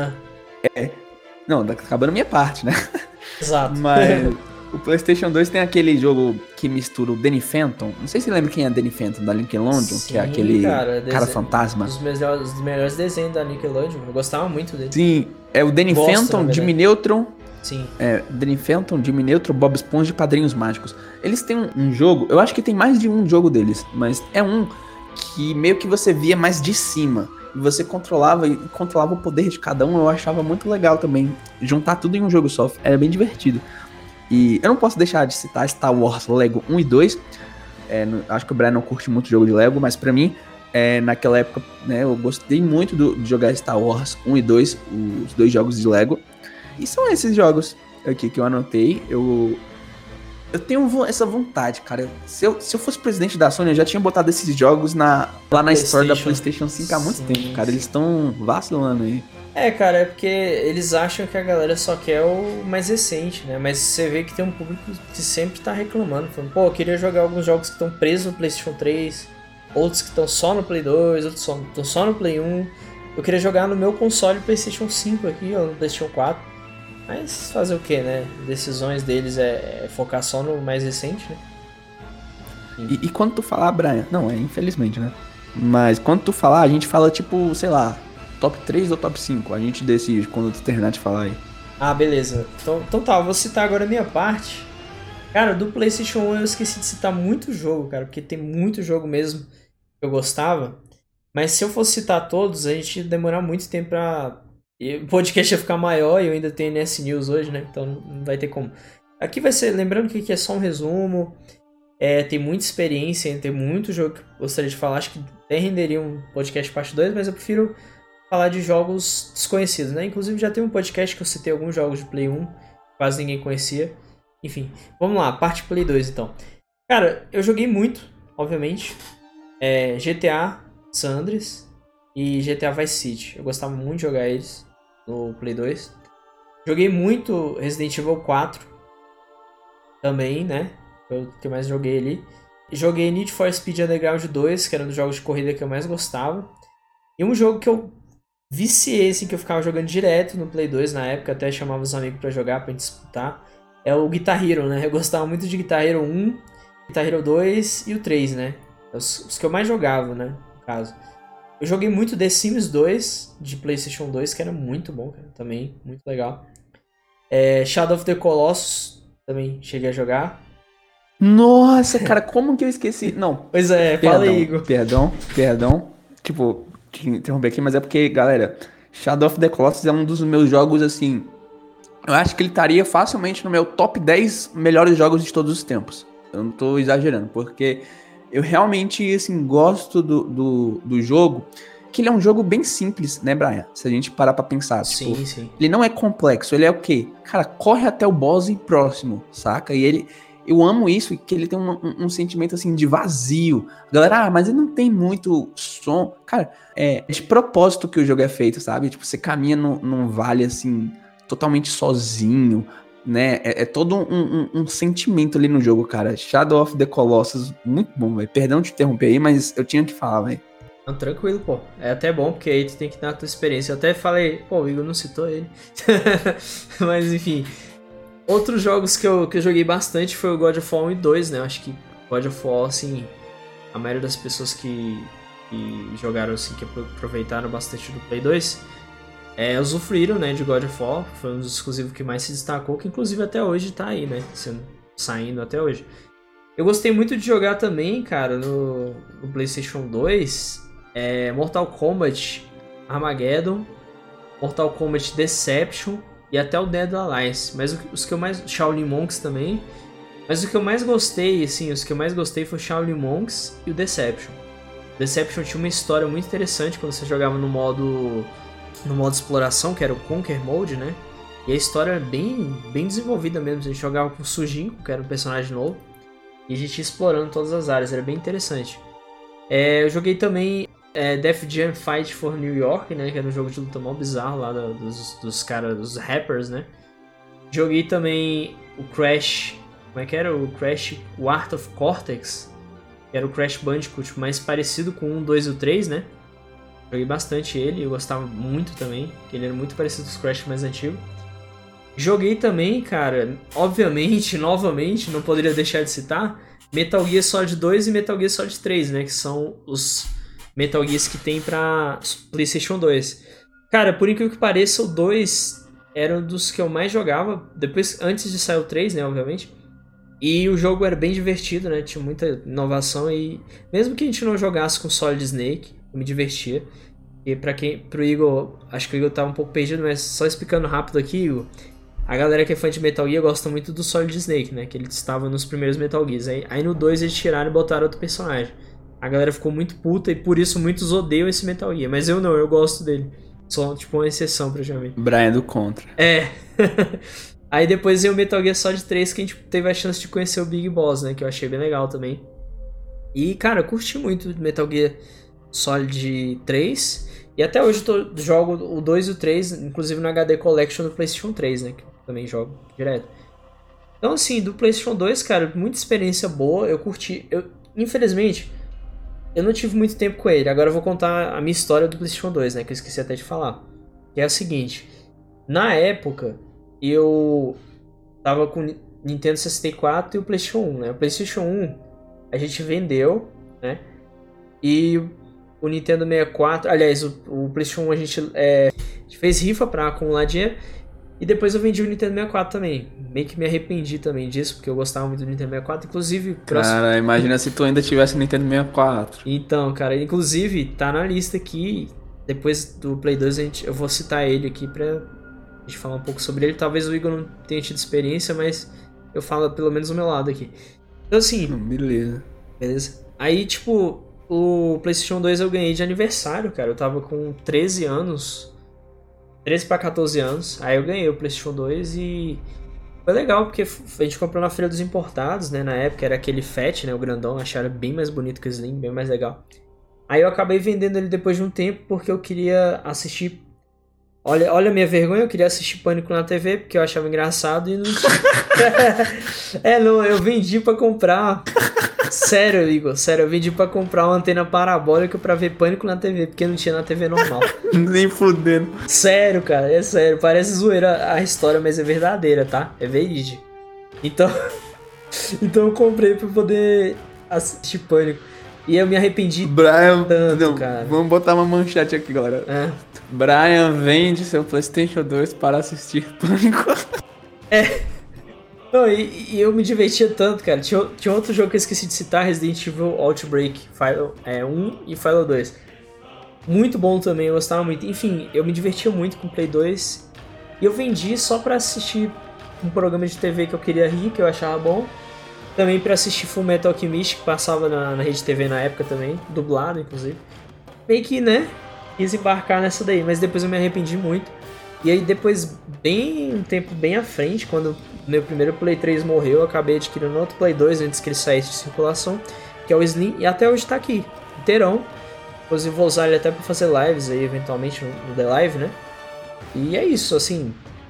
Não, tá acabando a minha parte, né? Exato. Mas o PlayStation 2 tem aquele jogo que mistura o Danny Phantom. Não sei se você lembra quem é Danny Phantom, da Nickelodeon, sim, que é aquele cara fantasma. Dos melhores desenhos da Nickelodeon. Eu gostava muito dele. Sim, é o Danny Phantom, Jimmy Neutron. Sim. Danny Phantom, Jimmy Neutron, Bob Esponja e Padrinhos Mágicos. Eles têm um jogo, eu acho que tem mais de um jogo deles, mas é um que meio que você via mais de cima. E você controlava o poder de cada um. Eu achava muito legal também juntar tudo em um jogo só. Era bem divertido. E eu não posso deixar de citar Star Wars Lego 1 e 2. Acho que o Brian não curte muito jogo de Lego, mas pra mim, naquela época, né, eu gostei muito de jogar Star Wars 1 e 2, os 2 jogos de Lego. E são esses jogos aqui que eu anotei. Eu tenho essa vontade, cara. Se eu fosse presidente da Sony, eu já tinha botado esses jogos lá na Store da PlayStation 5 há muito tempo, cara. Eles estão vacilando aí. Cara, é porque eles acham que a galera só quer o mais recente, né? Mas você vê que tem um público que sempre tá reclamando, falando, pô, eu queria jogar alguns jogos que estão presos no PlayStation 3, outros que estão só no Play 2, outros estão só no Play 1. Eu queria jogar no meu console PlayStation 5 aqui, ou no PlayStation 4. Mas fazer o que, né? Decisões deles é focar só no mais recente, né? E quando tu falar, Brian... Não, infelizmente, né? Mas quando tu falar, a gente fala tipo, sei lá, top 3 ou top 5. A gente decide quando tu terminar de falar aí. Ah, beleza. Então tá, eu vou citar agora a minha parte. Cara, do PlayStation 1 eu esqueci de citar muito jogo, cara, porque tem muito jogo mesmo que eu gostava. Mas se eu fosse citar todos, a gente ia demorar muito tempo pra... O podcast ia ficar maior e eu ainda tenho NS News hoje, né? Então não vai ter como. Aqui vai ser, lembrando que aqui é só um resumo. Tem muita experiência, tem muito jogo que eu gostaria de falar. Acho que até renderia um podcast parte 2, mas eu prefiro falar de jogos desconhecidos, né? Inclusive já tem um podcast que eu citei alguns jogos de Play 1, quase ninguém conhecia. Enfim, vamos lá, parte Play 2 então. Cara, eu joguei muito, obviamente. GTA San Andreas e GTA Vice City. Eu gostava muito de jogar eles no Play 2. Joguei muito Resident Evil 4 também, né? Foi o que eu mais joguei ali. Joguei Need for Speed Underground 2, que era um dos jogos de corrida que eu mais gostava. E um jogo que eu viciei, assim, que eu ficava jogando direto no Play 2 na época, até chamava os amigos pra jogar, pra gente disputar, é o Guitar Hero, né? Eu gostava muito de Guitar Hero 1, Guitar Hero 2 e o 3, né? Os que eu mais jogava, né? No caso. Eu joguei muito The Sims 2, de PlayStation 2, que era muito bom, cara, também, muito legal. Shadow of the Colossus, também cheguei a jogar. Nossa, cara, como que eu esqueci? Não. Pois é, Perdão, fala aí, Igor. Perdão. Tipo, te interromper aqui, mas é porque, galera, Shadow of the Colossus é um dos meus jogos, assim... Eu acho que ele estaria facilmente no meu top 10 melhores jogos de todos os tempos. Eu não tô exagerando, porque eu realmente, assim, gosto do jogo, que ele é um jogo bem simples, né, Brian? Se a gente parar pra pensar, Sim, tipo, sim. ele não é complexo, ele é o quê? Cara, corre até o boss próximo, saca? E ele... Eu amo isso, que ele tem um sentimento, assim, de vazio. Galera, mas ele não tem muito som. Cara, é de propósito que o jogo é feito, sabe? Tipo, você caminha num vale, assim, totalmente sozinho, né? É todo um sentimento ali no jogo, cara. Shadow of the Colossus, muito bom, velho. Perdão te interromper aí, mas eu tinha que falar, velho. Não, tranquilo, pô. É até bom, porque aí tu tem que dar a tua experiência. Eu até falei, pô, o Igor não citou ele. Mas, enfim... Outros jogos que eu joguei bastante foi o God of War 1 e 2, né? Eu acho que God of War, assim, a maioria das pessoas que jogaram, assim, que aproveitaram bastante do Play 2, usufruíram, né, de God of War. Foi um dos exclusivos que mais se destacou, que inclusive até hoje tá aí, né? Saindo até hoje. Eu gostei muito de jogar também, cara, no PlayStation 2, Mortal Kombat Armageddon, Mortal Kombat Deception, e até o Dead Alliance, mas os que eu mais... Shaolin Monks também. Mas o que eu mais gostei, assim, os que eu mais gostei foi o Shaolin Monks e o Deception. O Deception tinha uma história muito interessante quando você jogava no modo exploração, que era o Conquer Mode, né? E a história era bem desenvolvida mesmo. A gente jogava com o Sujinko, que era um personagem novo, e a gente ia explorando todas as áreas, era bem interessante. Eu joguei também Def Jam Fight for New York, né? Que era um jogo de luta mó bizarro lá dos caras, dos rappers, né? Joguei também o Crash... Como é que era? O Crash Art of Cortex. Que era o Crash Bandicoot mais parecido com o 1, 2 e o 3, né? Joguei bastante ele, eu gostava muito também. Que ele era muito parecido com os Crash mais antigos. Joguei também, cara... Obviamente, novamente, não poderia deixar de citar... Metal Gear Solid 2 e Metal Gear Solid 3, né? Que são os... Metal Gears que tem pra PlayStation 2. Cara, por incrível que pareça, o 2 era um dos que eu mais jogava. Depois, antes de sair o 3, né, obviamente. E o jogo era bem divertido, né? Tinha muita inovação e... Mesmo que a gente não jogasse com Solid Snake, eu me divertia. E pro Igor... Acho que o Igor tá um pouco perdido, mas só explicando rápido aqui, Igor. A galera que é fã de Metal Gear gosta muito do Solid Snake, né? Que ele estava nos primeiros Metal Gears. Aí no 2 eles tiraram e botaram outro personagem. A galera ficou muito puta e por isso muitos odeiam esse Metal Gear. Mas eu não, eu gosto dele. Só tipo uma exceção praticamente. Brian do contra. Aí depois veio o Metal Gear Solid 3 que a gente teve a chance de conhecer o Big Boss, né? Que eu achei bem legal também. E cara, eu curti muito Metal Gear Solid 3. E até hoje eu jogo o 2 e o 3, inclusive no HD Collection do PlayStation 3, né? Que eu também jogo direto. Então assim, do PlayStation 2, cara, muita experiência boa. Eu curti. Infelizmente... eu não tive muito tempo com ele. Agora eu vou contar a minha história do PlayStation 2, né? Que eu esqueci até de falar. Que é o seguinte. Na época, eu tava com o Nintendo 64 e o PlayStation 1, né? O PlayStation 1 a gente vendeu, né? E o Nintendo 64... Aliás, o PlayStation 1 a gente fez rifa pra acumular dinheiro. E depois eu vendi o Nintendo 64 também. Meio que me arrependi também disso, porque eu gostava muito do Nintendo 64. Inclusive... Cara, imagina se tu ainda tivesse o Nintendo 64. Então, cara, inclusive tá na lista aqui. Depois do Play 2 eu vou citar ele aqui pra gente falar um pouco sobre ele. Talvez o Igor não tenha tido experiência, mas eu falo pelo menos do meu lado aqui. Então assim... Beleza. Aí, tipo, o PlayStation 2 eu ganhei de aniversário, cara. Eu tava com 13 anos... 13 pra 14 anos, aí eu ganhei o PlayStation 2 e foi legal, porque a gente comprou na Feira dos Importados, né, na época era aquele Fat, né, o grandão, acharam bem mais bonito que o Slim, bem mais legal. Aí eu acabei vendendo ele depois de um tempo, porque eu queria assistir, olha a minha vergonha, eu queria assistir Pânico na TV, porque eu achava engraçado e não tinha... não, eu vendi pra comprar... Sério, Igor, sério, eu vendi pra comprar uma antena parabólica pra ver Pânico na TV, porque não tinha na TV normal. Nem fudendo. Sério, cara, é sério, parece zoeira a história, mas é verdadeira, tá? É verídico. Então eu comprei pra poder assistir Pânico. E eu me arrependi tanto, cara. Vamos botar uma manchete aqui, galera. Brian vende seu PlayStation 2 para assistir Pânico. Não, e eu me divertia tanto, cara. Tinha outro jogo que eu esqueci de citar, Resident Evil Outbreak, 1 e Philo 2. Muito bom também, eu gostava muito. Enfim, eu me divertia muito com o Play 2. E eu vendi só pra assistir um programa de TV que eu queria rir, que eu achava bom. Também pra assistir Full Metal Alchemist, que passava na Rede TV na época também, dublado inclusive. Meio que, né, quis embarcar nessa daí, mas depois eu me arrependi muito. E aí depois, um tempo bem à frente, quando meu primeiro Play 3 morreu, eu acabei adquirindo outro Play 2 antes que ele saísse de circulação, que é o Slim, e até hoje tá aqui, inteirão. Inclusive vou usar ele até pra fazer lives aí, eventualmente, no The Live, né? E é isso, assim,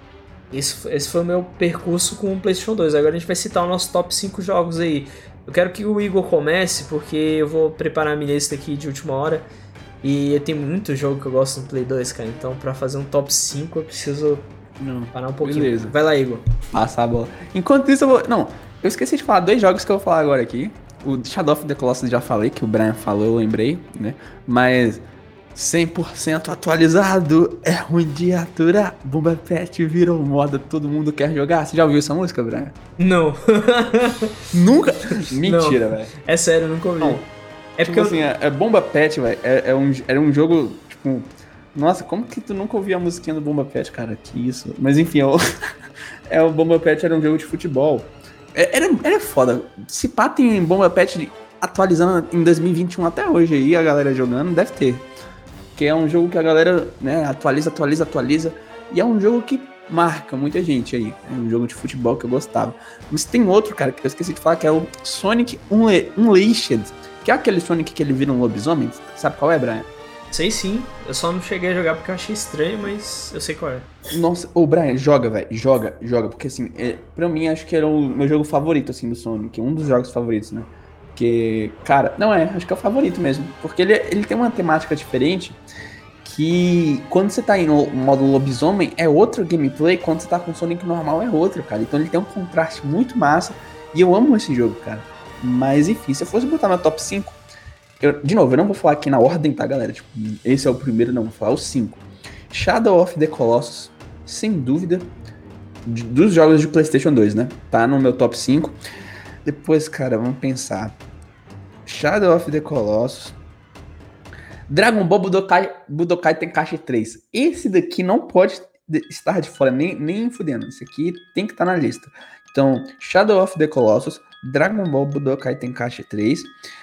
esse foi o meu percurso com o PlayStation 2. Agora a gente vai citar o nosso top 5 jogos aí. Eu quero que o Igor comece, porque eu vou preparar a minha lista aqui de última hora. E eu tenho muito jogo que eu gosto no Play 2, cara. Então pra fazer um top 5 eu preciso parar um pouquinho. Beleza. Vai lá, Igor. Passar a bola. Enquanto isso eu vou... Não, eu esqueci de falar 2 jogos que eu vou falar agora aqui. O Shadow of the Colossus já falei, que o Brian falou, eu lembrei, né? Mas 100% atualizado, é ruim de aturar. Bomba Pet virou moda, todo mundo quer jogar. Você já ouviu essa música, Brian? Não. Nunca? Mentira, velho. É sério, eu nunca ouvi. Não. É porque tipo assim, Bomba Pet, velho, era um jogo, tipo... Nossa, como que tu nunca ouviu a musiquinha do Bomba Pet, cara? Que isso. Mas enfim, o Bomba Pet era um jogo de futebol. Era foda. Se pá tem Bomba Pet atualizando em 2021 até hoje aí, a galera jogando, deve ter. Que é um jogo que a galera, né, atualiza. E é um jogo que marca muita gente aí. É um jogo de futebol que eu gostava. Mas tem outro, cara, que eu esqueci de falar, que é o Sonic Unleashed. Que é aquele Sonic que ele vira um lobisomem. Sabe qual é, Brian? Sei sim. Eu só não cheguei a jogar porque eu achei estranho, mas eu sei qual é. Nossa, Brian, joga, velho. Joga. Porque assim, pra mim acho que era o meu jogo favorito, assim, do Sonic. Um dos jogos favoritos, né? Porque, cara, acho que é o favorito mesmo. Porque ele tem uma temática diferente que quando você tá no modo lobisomem é outro gameplay, quando você tá com o Sonic normal é outro, cara. Então ele tem um contraste muito massa e eu amo esse jogo, cara. Mas enfim, se eu fosse botar no top 5, de novo, eu não vou falar aqui na ordem, tá, galera? Tipo, esse é o primeiro, não, vou falar os 5. Shadow of the Colossus, sem dúvida, dos jogos de PlayStation 2, né? Tá no meu top 5. Depois, cara, vamos pensar. Shadow of the Colossus. Dragon Ball Budokai Tenkaichi 3. Esse daqui não pode estar de fora, nem fudendo. Esse aqui tem que estar na lista. Então, Shadow of the Colossus, Dragon Ball Budokai Tenkaichi 3,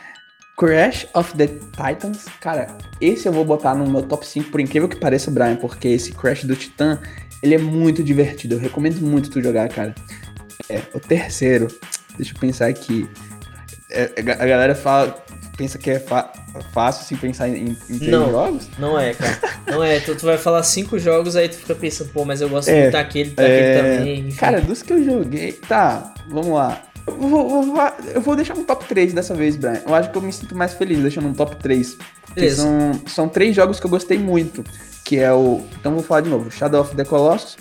Crash of the Titans. Cara, esse eu vou botar no meu top 5, por incrível que pareça, Brian, porque esse Crash do Titã, ele é muito divertido. Eu recomendo muito tu jogar, cara. O terceiro, deixa eu pensar aqui. A galera pensa que é fácil assim, pensar em 3 jogos? Não é, cara. Não é. Tu vai falar 5 jogos, aí tu fica pensando, pô, mas eu gosto muito daquele também. Enfim. Cara, dos que eu joguei... Tá, vamos lá. Eu vou deixar um top 3 dessa vez, Brian. Eu acho que eu me sinto mais feliz deixando um top 3. Que são 3 jogos que eu gostei muito. Que é o... Então vou falar de novo. Shadow of the Colossus,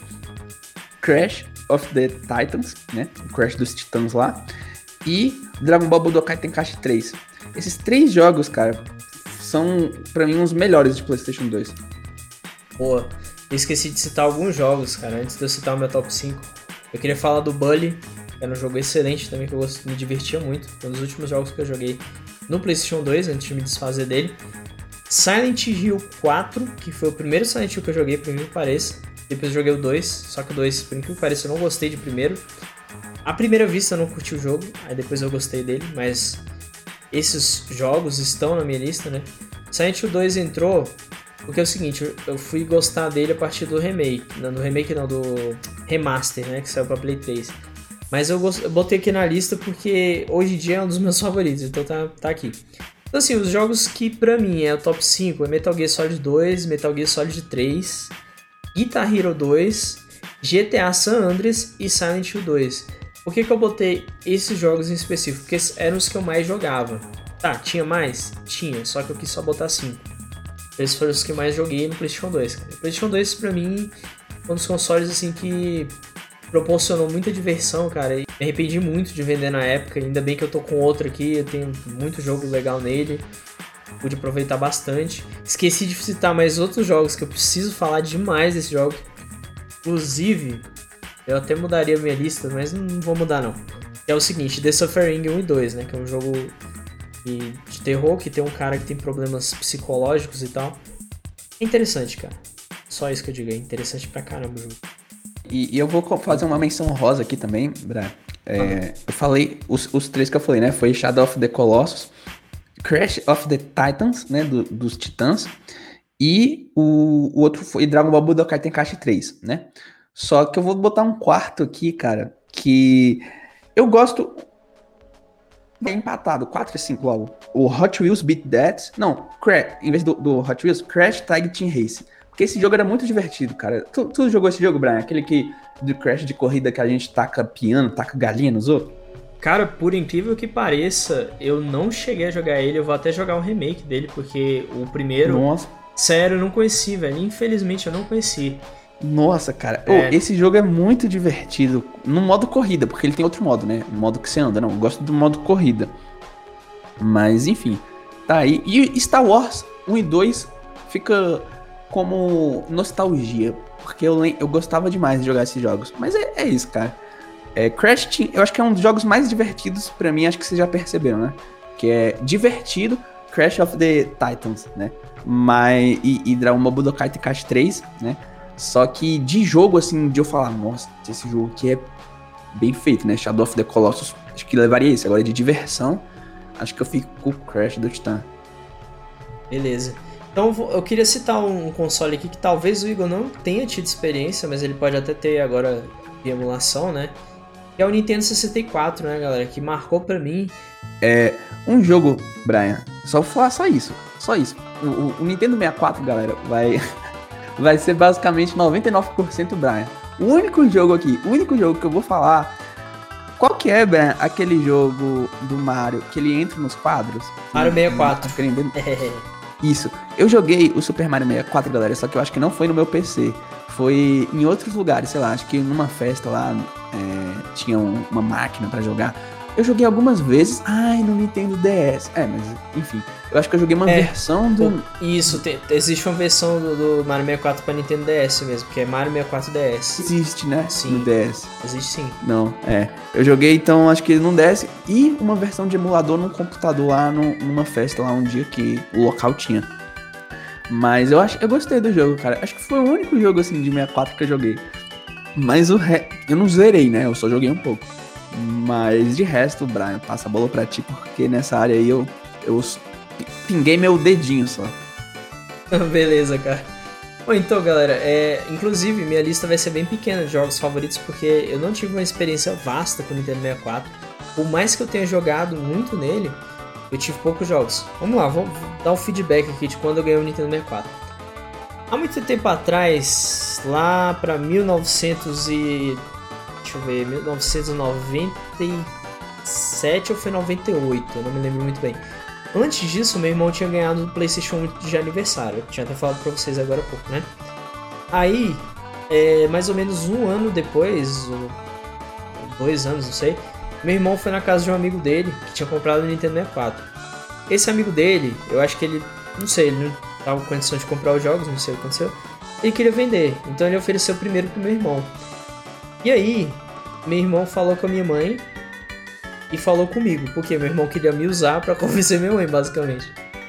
Crash of the Titans, né? O Crash dos Titãs lá. E Dragon Ball Budokai Tenkaichi 3. Esses 3 jogos, cara, são pra mim os melhores de PlayStation 2. Boa. Eu esqueci de citar alguns jogos, cara, antes de eu citar o meu top 5. Eu queria falar do Bully, que era um jogo excelente também, que eu me divertia muito. Foi um dos últimos jogos que eu joguei no PlayStation 2, antes de me desfazer dele. Silent Hill 4, que foi o primeiro Silent Hill que eu joguei, por incrível que pareça. Depois eu joguei o 2, só que o 2, por incrível que pareça, eu não gostei de primeiro. À primeira vista eu não curti o jogo, aí depois eu gostei dele, mas esses jogos estão na minha lista, né? Silent Hill 2 entrou porque é o seguinte, eu fui gostar dele a partir do remake. Não, do remake não, do remaster, né? Que saiu pra Play 3. Mas eu botei aqui na lista porque hoje em dia é um dos meus favoritos, então tá aqui. Então assim, os jogos que pra mim é o top 5 é Metal Gear Solid 2, Metal Gear Solid 3, Guitar Hero 2, GTA San Andreas e Silent Hill 2. Por que eu botei esses jogos em específico? Porque eram os que eu mais jogava. Tá, tinha mais? Tinha, só que eu quis só botar 5. Esses foram os que mais joguei no PlayStation 2, cara. O PlayStation 2 pra mim foi um dos consoles assim que proporcionou muita diversão, cara. E me arrependi muito de vender na época. Ainda bem que eu tô com outro aqui, eu tenho muito jogo legal nele. Pude aproveitar bastante. Esqueci de citar mais outros jogos que eu preciso falar demais desse jogo. Inclusive, eu até mudaria a minha lista, mas não vou mudar não. É o seguinte, The Suffering 1 e 2, né? Que é um jogo de terror, que tem um cara que tem problemas psicológicos e tal. É interessante, cara. Só isso que eu digo, é interessante pra caramba o jogo. E eu vou fazer uma menção rosa aqui também, Bra. Eu falei, os 3 que eu falei, né? Foi Shadow of the Colossus, Crash of the Titans, né? Dos Titãs. E o outro foi Dragon Ball Budokai Tenkaichi 3, né? Só que eu vou botar um quarto aqui, cara, que eu gosto... Bem empatado, 4 e 5 logo. O Hot Wheels Beat That. Não, em vez do Hot Wheels, Crash Tag Team Race. Porque esse jogo era muito divertido, cara. Tu jogou esse jogo, Brian? Aquele do Crash de corrida que a gente taca piano, taca galinha nos outros? Cara, por incrível que pareça, eu não cheguei a jogar ele. Eu vou até jogar um remake dele, porque o primeiro... Nossa. Sério, eu não conheci, velho. Infelizmente, eu não conheci. Nossa, cara. Esse jogo é muito divertido no modo corrida, porque ele tem outro modo, né? O modo que você anda. Não, eu gosto do modo corrida. Mas, enfim. Tá aí. E Star Wars 1 e 2 fica como nostalgia, porque eu gostava demais de jogar esses jogos. Mas é isso, cara. Crash Team, eu acho que é um dos jogos mais divertidos pra mim, acho que vocês já perceberam, né? Que é divertido, Crash of the Titans, né? E Dragon Ball Budokai Tenkaichi 3, né? Só que de jogo, assim, de eu falar, nossa, esse jogo aqui é bem feito, né? Shadow of the Colossus, acho que levaria isso. Agora, de diversão, acho que eu fico com o Crash do Titã. Beleza. Então, eu queria citar um console aqui que talvez o Igor não tenha tido experiência, mas ele pode até ter agora de emulação, né? Que é o Nintendo 64, né, galera? Que marcou pra mim. Um jogo, Brian, só vou falar só isso. Só isso. O Nintendo 64, galera, vai ser basicamente 99% Brian. O único jogo que eu vou falar... Qual que é, Brian, aquele jogo do Mario que ele entra nos quadros? Mario 64. Isso. Eu joguei o Super Mario 64, galera, só que eu acho que não foi no meu PC. Foi em outros lugares, sei lá, acho que numa festa lá tinha uma máquina pra jogar. Eu joguei algumas vezes, no Nintendo DS. Mas enfim, eu acho que eu joguei uma versão do... Isso, existe uma versão do Mario 64 pra Nintendo DS mesmo, que é Mario 64 DS. Existe, né? Sim. No DS. Existe sim. Não, eu joguei então, acho que no DS e uma versão de emulador num computador lá numa festa lá um dia que o local tinha. Mas eu gostei do jogo, cara. Acho que foi o único jogo assim de 64 que eu joguei. Mas eu não zerei, né? Eu só joguei um pouco. Mas de resto, Brian, passa a bola pra ti, porque nessa área aí eu pinguei meu dedinho só. Beleza, cara. Bom, então, galera, inclusive minha lista vai ser bem pequena de jogos favoritos, porque eu não tive uma experiência vasta com o Nintendo 64. Por mais que eu tenha jogado muito nele, eu tive poucos jogos. Vamos lá, vamos dar um feedback aqui de quando eu ganhei o Nintendo 64. Há muito tempo atrás, lá pra 1990 97 ou foi 98, eu não me lembro muito bem. Antes disso, meu irmão tinha ganhado o PlayStation 1 de aniversário. Eu tinha até falado pra vocês agora há pouco, né? Aí, mais ou menos um ano depois, ou 2 anos, não sei, meu irmão foi na casa de um amigo dele que tinha comprado o Nintendo 64. Esse amigo dele, eu acho que ele, não sei, ele não tava com condição de comprar os jogos, não sei o que aconteceu. Ele queria vender, então ele ofereceu primeiro pro meu irmão. E aí, meu irmão falou com a minha mãe e falou comigo, porque meu irmão queria me usar pra convencer minha mãe, basicamente.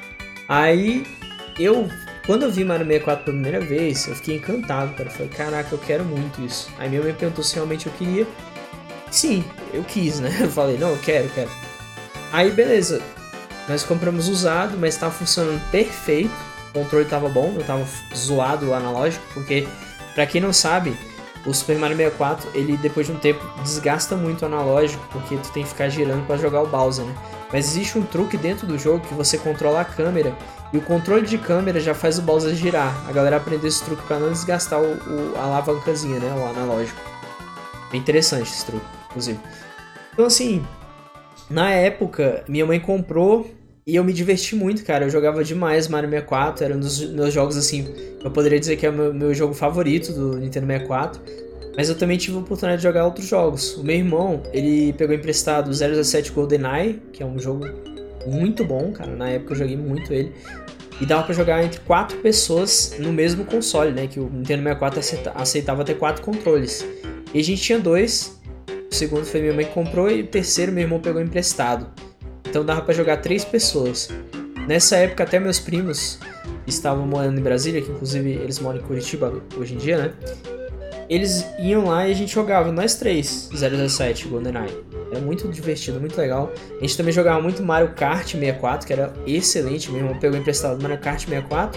Aí, quando eu vi Mario 64 pela primeira vez, eu fiquei encantado, cara. Eu falei, caraca, eu quero muito isso. Aí minha mãe perguntou se realmente eu queria. Sim, eu quis, né? Eu falei, não, eu quero. Aí, beleza. Nós compramos usado, mas tava funcionando perfeito. O controle tava bom, não tava zoado o analógico, porque, pra quem não sabe, o Super Mario 64, ele depois de um tempo desgasta muito o analógico, porque tu tem que ficar girando pra jogar o Bowser, né? Mas existe um truque dentro do jogo que você controla a câmera, e o controle de câmera já faz o Bowser girar. A galera aprendeu esse truque pra não desgastar a alavancazinha, né? O analógico. Bem interessante esse truque, inclusive. Então assim, na época, minha mãe comprou e eu me diverti muito, cara. Eu jogava demais Mario 64, era um dos meus jogos, assim, eu poderia dizer que é o meu jogo favorito do Nintendo 64. Mas eu também tive a oportunidade de jogar outros jogos. O meu irmão, ele pegou emprestado o 007 GoldenEye, que é um jogo muito bom, cara. Na época eu joguei muito ele. E dava pra jogar entre 4 pessoas no mesmo console, né? Que o Nintendo 64 aceitava ter 4 controles. E a gente tinha 2. O segundo foi minha mãe que comprou e o terceiro meu irmão pegou emprestado. Então dava pra jogar 3 pessoas. Nessa época até meus primos estavam morando em Brasília, que inclusive eles moram em Curitiba hoje em dia, né? Eles iam lá e a gente jogava, nós 3, 007 GoldenEye. Era muito divertido, muito legal. A gente também jogava muito Mario Kart 64, que era excelente. Meu irmão pegou emprestado Mario Kart 64,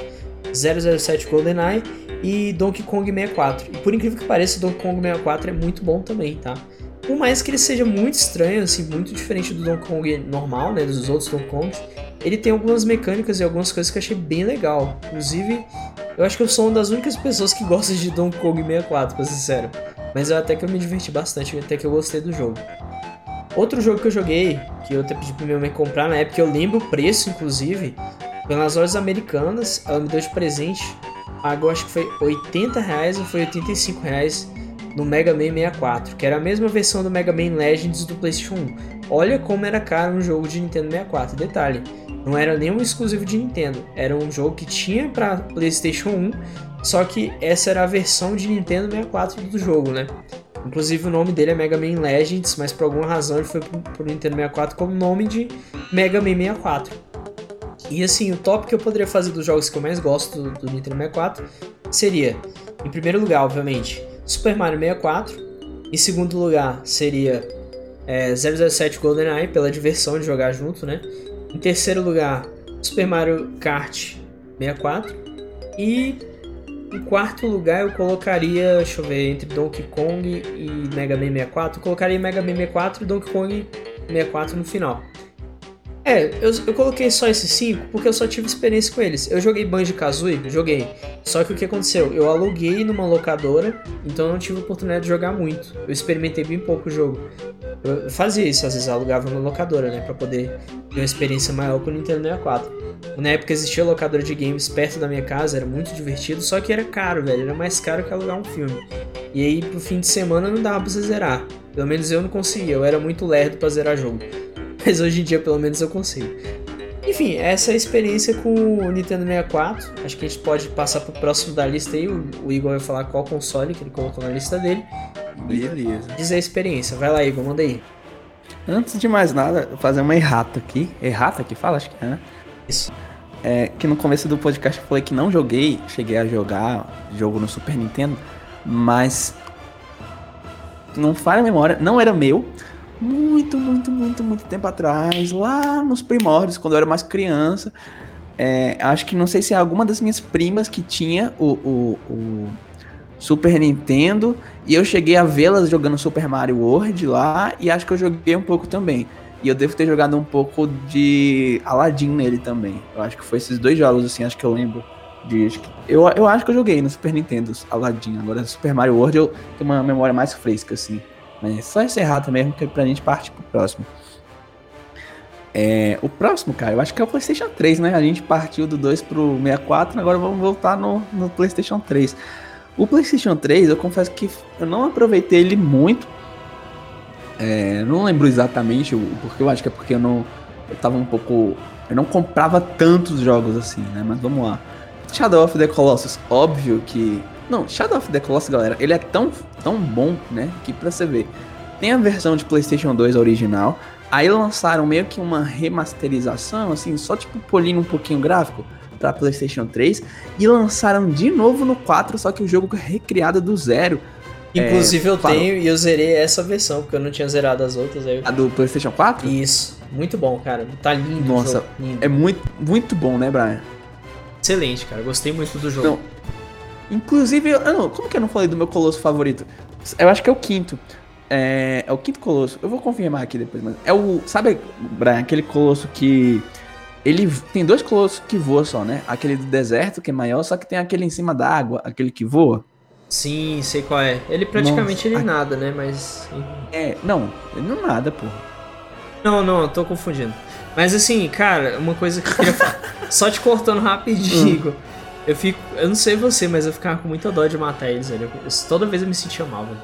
007 GoldenEye e Donkey Kong 64. E por incrível que pareça, Donkey Kong 64 é muito bom também, tá? Por mais que ele seja muito estranho, assim, muito diferente do Donkey Kong normal, né, dos outros Donkey Kongs, ele tem algumas mecânicas e algumas coisas que eu achei bem legal. Inclusive, eu acho que eu sou uma das únicas pessoas que gosta de Donkey Kong 64, pra ser sincero. Mas até que eu me diverti bastante, até que eu gostei do jogo. Outro jogo que eu joguei, que eu até pedi pra minha mãe comprar, na época eu lembro o preço, inclusive, foi nas lojas americanas, ela me deu de presente, pagou acho que foi R$80 ou foi R$85 no Mega Man 64, que era a mesma versão do Mega Man Legends do PlayStation 1. Olha como era caro um jogo de Nintendo 64, detalhe, não era nenhum exclusivo de Nintendo, era um jogo que tinha pra PlayStation 1, só que essa era a versão de Nintendo 64 do jogo, né? Inclusive o nome dele é Mega Man Legends, mas por alguma razão ele foi pro Nintendo 64 como nome de Mega Man 64. E assim, o top que eu poderia fazer dos jogos que eu mais gosto do Nintendo 64 seria, em primeiro lugar, obviamente, Super Mario 64. Em segundo lugar, seria 007 GoldenEye, pela diversão de jogar junto, né? Em terceiro lugar, Super Mario Kart 64. E em quarto lugar eu colocaria, deixa eu ver, entre Donkey Kong e Mega Man 64, eu colocaria Mega Man 64 e Donkey Kong 64 no final. Eu coloquei só esses 5 porque eu só tive experiência com eles. Eu joguei Banjo-Kazooie? Joguei. Só que o que aconteceu? Eu aluguei numa locadora, então eu não tive oportunidade de jogar muito. Eu experimentei bem pouco o jogo. Eu fazia isso, às vezes eu alugava numa locadora, né? Pra poder ter uma experiência maior com o Nintendo 64. Na época existia locadora de games perto da minha casa, era muito divertido, só que era caro, velho. Era mais caro que alugar um filme. E aí pro fim de semana não dava pra você zerar. Pelo menos eu não conseguia, eu era muito lerdo pra zerar jogo. Mas hoje em dia pelo menos eu consigo. Enfim, essa é a experiência com o Nintendo 64. Acho que a gente pode passar pro próximo da lista aí. O Igor vai falar qual console que ele colocou na lista dele. Beleza. Diz a experiência. Vai lá, Igor, manda aí. Antes de mais nada, vou fazer uma errata aqui. Errata que fala? Acho que é, né? Isso. Que no começo do podcast eu falei que não cheguei a jogar jogo no Super Nintendo, mas não falha a memória, não era meu. Muito tempo atrás, lá nos primórdios, quando eu era mais criança. Acho que não sei se é alguma das minhas primas que tinha o Super Nintendo, e eu cheguei a vê-las jogando Super Mario World lá, e acho que eu joguei um pouco também. E eu devo ter jogado um pouco de Aladdin nele também. Eu acho que foi esses 2 jogos, assim, acho que eu lembro. Eu acho que eu joguei no Super Nintendo Aladdin. Agora Super Mario World eu tenho uma memória mais fresca, assim. Mas só encerrar também, porque pra gente partir pro próximo. O próximo, cara, eu acho que é o PlayStation 3, né? A gente partiu do 2 pro 64, agora vamos voltar no PlayStation 3. O PlayStation 3, eu confesso que eu não aproveitei ele muito. Não lembro exatamente porque eu acho que é porque eu tava um pouco... Eu não comprava tantos jogos assim, né? Mas vamos lá. Shadow of the Colossus, óbvio que... Não, Shadow of the Colossus, galera, ele é tão bom, né? Que pra você ver, tem a versão de PlayStation 2 original. Aí lançaram meio que uma remasterização, assim, só tipo polindo um pouquinho o gráfico pra PlayStation 3. E lançaram de novo no 4, só que o jogo recriado do zero. Inclusive eu tenho e eu zerei essa versão, porque eu não tinha zerado as outras. A do PlayStation 4? Isso, muito bom, cara. Tá lindo. Nossa, o jogo, lindo. É muito bom, né, Brian? Excelente, cara. Gostei muito do jogo. Não. Inclusive, como que eu não falei do meu colosso favorito? Eu acho que é o quinto. É o quinto colosso. Eu vou confirmar aqui depois, mas sabe, Brian, aquele colosso que ele tem 2 colossos que voam só, né? Aquele do deserto que é maior, só que tem aquele em cima da água, aquele que voa. Sim, sei qual é. Ele praticamente nada, né? Mas não, ele não nada, porra. Não, eu tô confundindo. Mas assim, cara, uma coisa que eu queria falar, só te cortando rapidinho. Eu não sei você, mas eu ficava com muita dó de matar eles, velho. Toda vez eu me sentia mal, velho.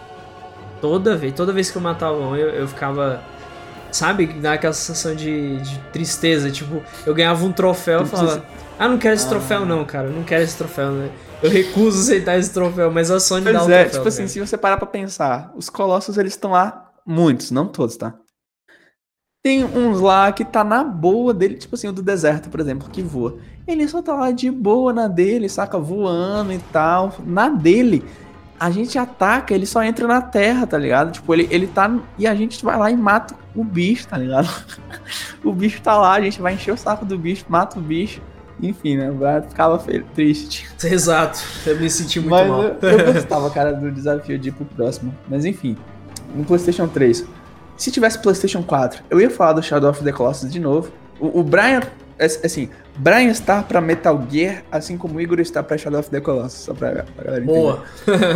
Toda vez que eu matava um, eu ficava... Sabe? Dá aquela sensação de tristeza. Tipo, eu ganhava um troféu e falava... não quero esse troféu não, cara. Eu não quero esse troféu, né? Eu recuso aceitar esse troféu, mas a Sony dá um troféu. Tipo assim, se você parar pra pensar, os Colossos, eles estão lá, muitos, não todos, tá? Tem uns lá que tá na boa dele, tipo assim, o do deserto, por exemplo, que voa. Ele só tá lá de boa na dele, saca? Voando e tal. Na dele... A gente ataca, ele só entra na terra, tá ligado? Tipo, ele tá... E a gente vai lá e mata o bicho, tá ligado? O bicho tá lá, a gente vai encher o saco do bicho, mata o bicho. Enfim, né? Ficava triste. Exato, eu me senti muito mal. Eu gostava, cara, do desafio de ir pro próximo. Mas enfim, no PlayStation 3. Se tivesse PlayStation 4, eu ia falar do Shadow of the Colossus de novo. O Brian... Assim, Brian está pra Metal Gear, assim como o Igor está pra Shadow of the Colossus, só pra galera entender. Boa!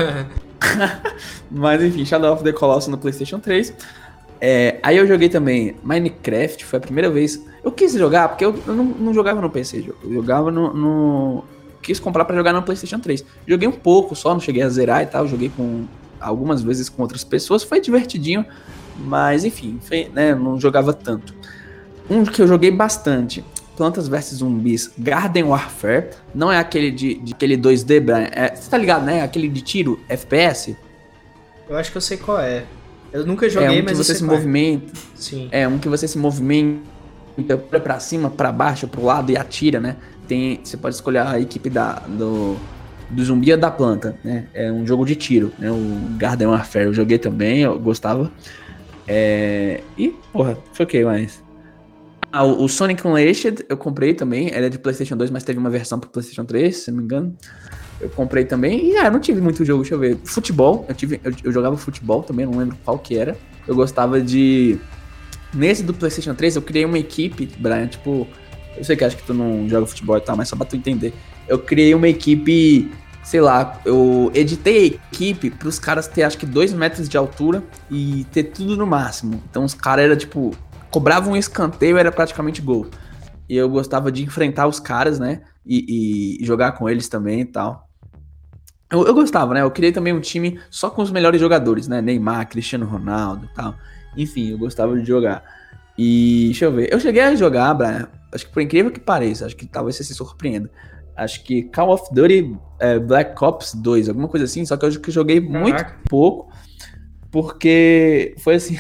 Mas enfim, Shadow of the Colossus no PlayStation 3. Aí eu joguei também Minecraft, foi a primeira vez. Eu quis jogar, porque eu não jogava no PC, eu jogava quis comprar pra jogar no PlayStation 3. Joguei um pouco só, não cheguei a zerar e tal, joguei algumas vezes com outras pessoas, foi divertidinho, mas enfim, né, não jogava tanto. Um que eu joguei bastante, Plantas vs Zumbis Garden Warfare, não é aquele de aquele 2D, Brian, você tá ligado, né? Aquele de tiro, FPS? Eu acho que eu sei qual é. Eu nunca joguei, mas eu sei qual é. Movimenta. Sim. Um que você se movimenta pra cima, pra baixo, pro lado e atira, né? Você pode escolher a equipe do zumbi ou da planta, né? É um jogo de tiro, né? O Garden Warfare eu joguei também, eu gostava. E, porra, choquei, mas... o Sonic Unleashed eu comprei também, ele é de PlayStation 2, mas teve uma versão pro PlayStation 3, se não me engano. Eu comprei também, e eu não tive muito jogo, deixa eu ver. Futebol, eu jogava futebol também, não lembro qual que era. Eu gostava de... Nesse do PlayStation 3, eu criei uma equipe, Brian, tipo... Eu sei que acho que tu não joga futebol e tal, mas só pra tu entender. Eu criei uma equipe, sei lá, eu editei a equipe pros caras ter acho que 2 metros de altura e ter tudo no máximo. Então os caras eram tipo... Cobrava um escanteio, era praticamente gol. E eu gostava de enfrentar os caras, né? E jogar com eles também e tal. Eu gostava, né? Eu criei também um time só com os melhores jogadores, né? Neymar, Cristiano Ronaldo e tal. Enfim, eu gostava de jogar. E deixa eu ver. Eu cheguei a jogar, Brian, acho que por incrível que pareça, acho que talvez você se surpreenda. Acho que Call of Duty Black Ops 2, alguma coisa assim. Só que eu joguei muito pouco. Porque foi assim...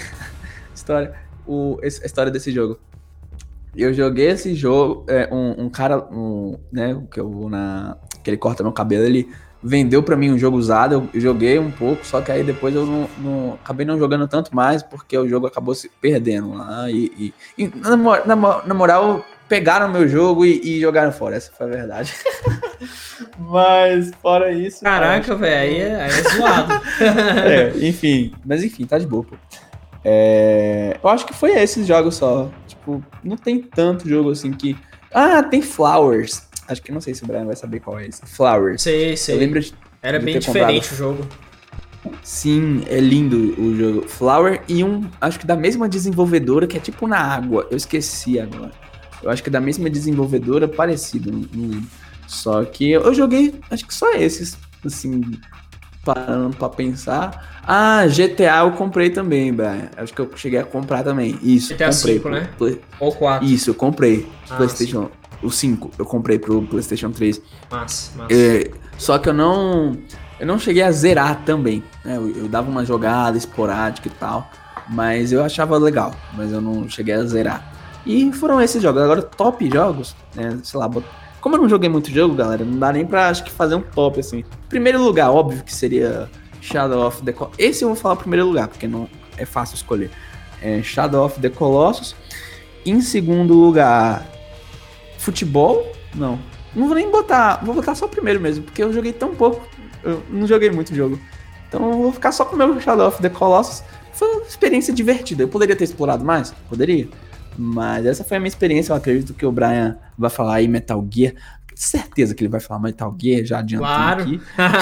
a história desse jogo. Eu joguei esse jogo, um cara, né, que ele corta meu cabelo, ele vendeu pra mim um jogo usado, eu joguei um pouco, só que aí depois eu acabei não jogando tanto mais, porque o jogo acabou se perdendo lá, e na moral, pegaram meu jogo e jogaram fora, essa foi a verdade. Mas, fora isso... Caraca, velho, aí é zoado. Enfim, tá de boa, pô. Eu acho que foi esses jogos só. Tipo, não tem tanto jogo assim que... tem Flowers. Acho que não sei se o Brian vai saber qual é esse. Flowers. Sei. Eu lembro Era bem diferente o jogo. Sim, é lindo o jogo. Flower e acho que da mesma desenvolvedora, que é tipo na água. Eu esqueci agora. Eu acho que é da mesma desenvolvedora, parecido. Não lembro. Só que eu joguei, acho que só esses, assim, parando pra pensar. Ah, GTA eu comprei também, Brian. Acho que eu cheguei a comprar também. Isso, GTA comprei. V, né? Ou 4. Isso, eu comprei. PlayStation. Sim. O 5, eu comprei pro PlayStation 3. Massa. Só que eu não cheguei a zerar também, né? Eu dava uma jogada esporádica e tal, mas eu achava legal, mas eu não cheguei a zerar. E foram esses jogos. Agora, top jogos, né? Sei lá, como eu não joguei muito jogo, galera, não dá nem pra, acho que, fazer um top, assim. Primeiro lugar, óbvio que seria Shadow of the Colossus. Esse eu vou falar primeiro lugar, porque não é fácil escolher. Shadow of the Colossus. Em segundo lugar, futebol? Não vou nem botar. Vou botar só o primeiro mesmo, porque eu joguei tão pouco. Eu não joguei muito jogo. Então eu vou ficar só com o meu Shadow of the Colossus. Foi uma experiência divertida. Eu poderia ter explorado mais? Poderia. Mas essa foi a minha experiência. Eu acredito que o Brian vai falar aí Metal Gear. Certeza que ele vai falar Metal Gear, já adiantando claro. Aqui.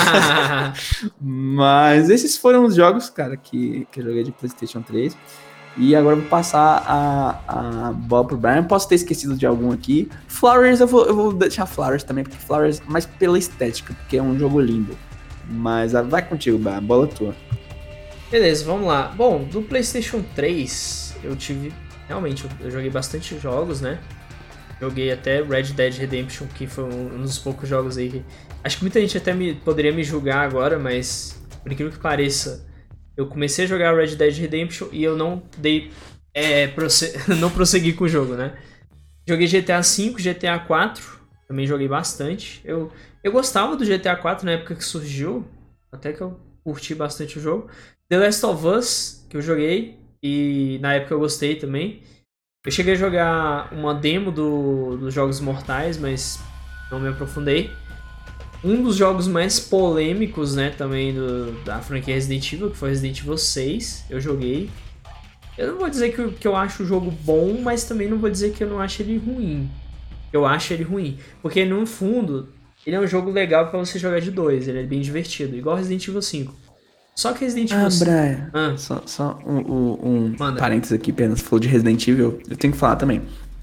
Mas esses foram os jogos, cara, que eu joguei de PlayStation 3. E agora eu vou passar a bola pro Brian. Posso ter esquecido de algum aqui. Flowers, eu vou deixar Flowers também, porque Flowers mais pela estética, porque é um jogo lindo. Mas vai contigo, Brian. Bola tua. Beleza, vamos lá. Bom, do PlayStation 3, eu tive... Realmente, eu joguei bastante jogos, né? Joguei até Red Dead Redemption, que foi um dos poucos jogos aí que... Acho que muita gente até poderia me julgar agora, mas por incrível que pareça, eu comecei a jogar Red Dead Redemption e eu não dei... não prossegui com o jogo, né? Joguei GTA V, GTA 4, também joguei bastante. Eu gostava do GTA 4 na época que surgiu, até que eu curti bastante o jogo. The Last of Us, que eu joguei, e na época eu gostei também. Eu cheguei a jogar uma demo dos Jogos Mortais, mas não me aprofundei. Um dos jogos mais polêmicos, né, também da franquia Resident Evil, que foi Resident Evil 6, eu joguei. Eu não vou dizer que eu acho o jogo bom, mas também não vou dizer que eu não acho ele ruim. Eu acho ele ruim, porque no fundo, ele é um jogo legal pra você jogar de dois, ele é bem divertido, igual Resident Evil 5. Só que Resident Evil... Brian, só um parênteses aqui, apenas falou de Resident Evil, eu tenho que falar também.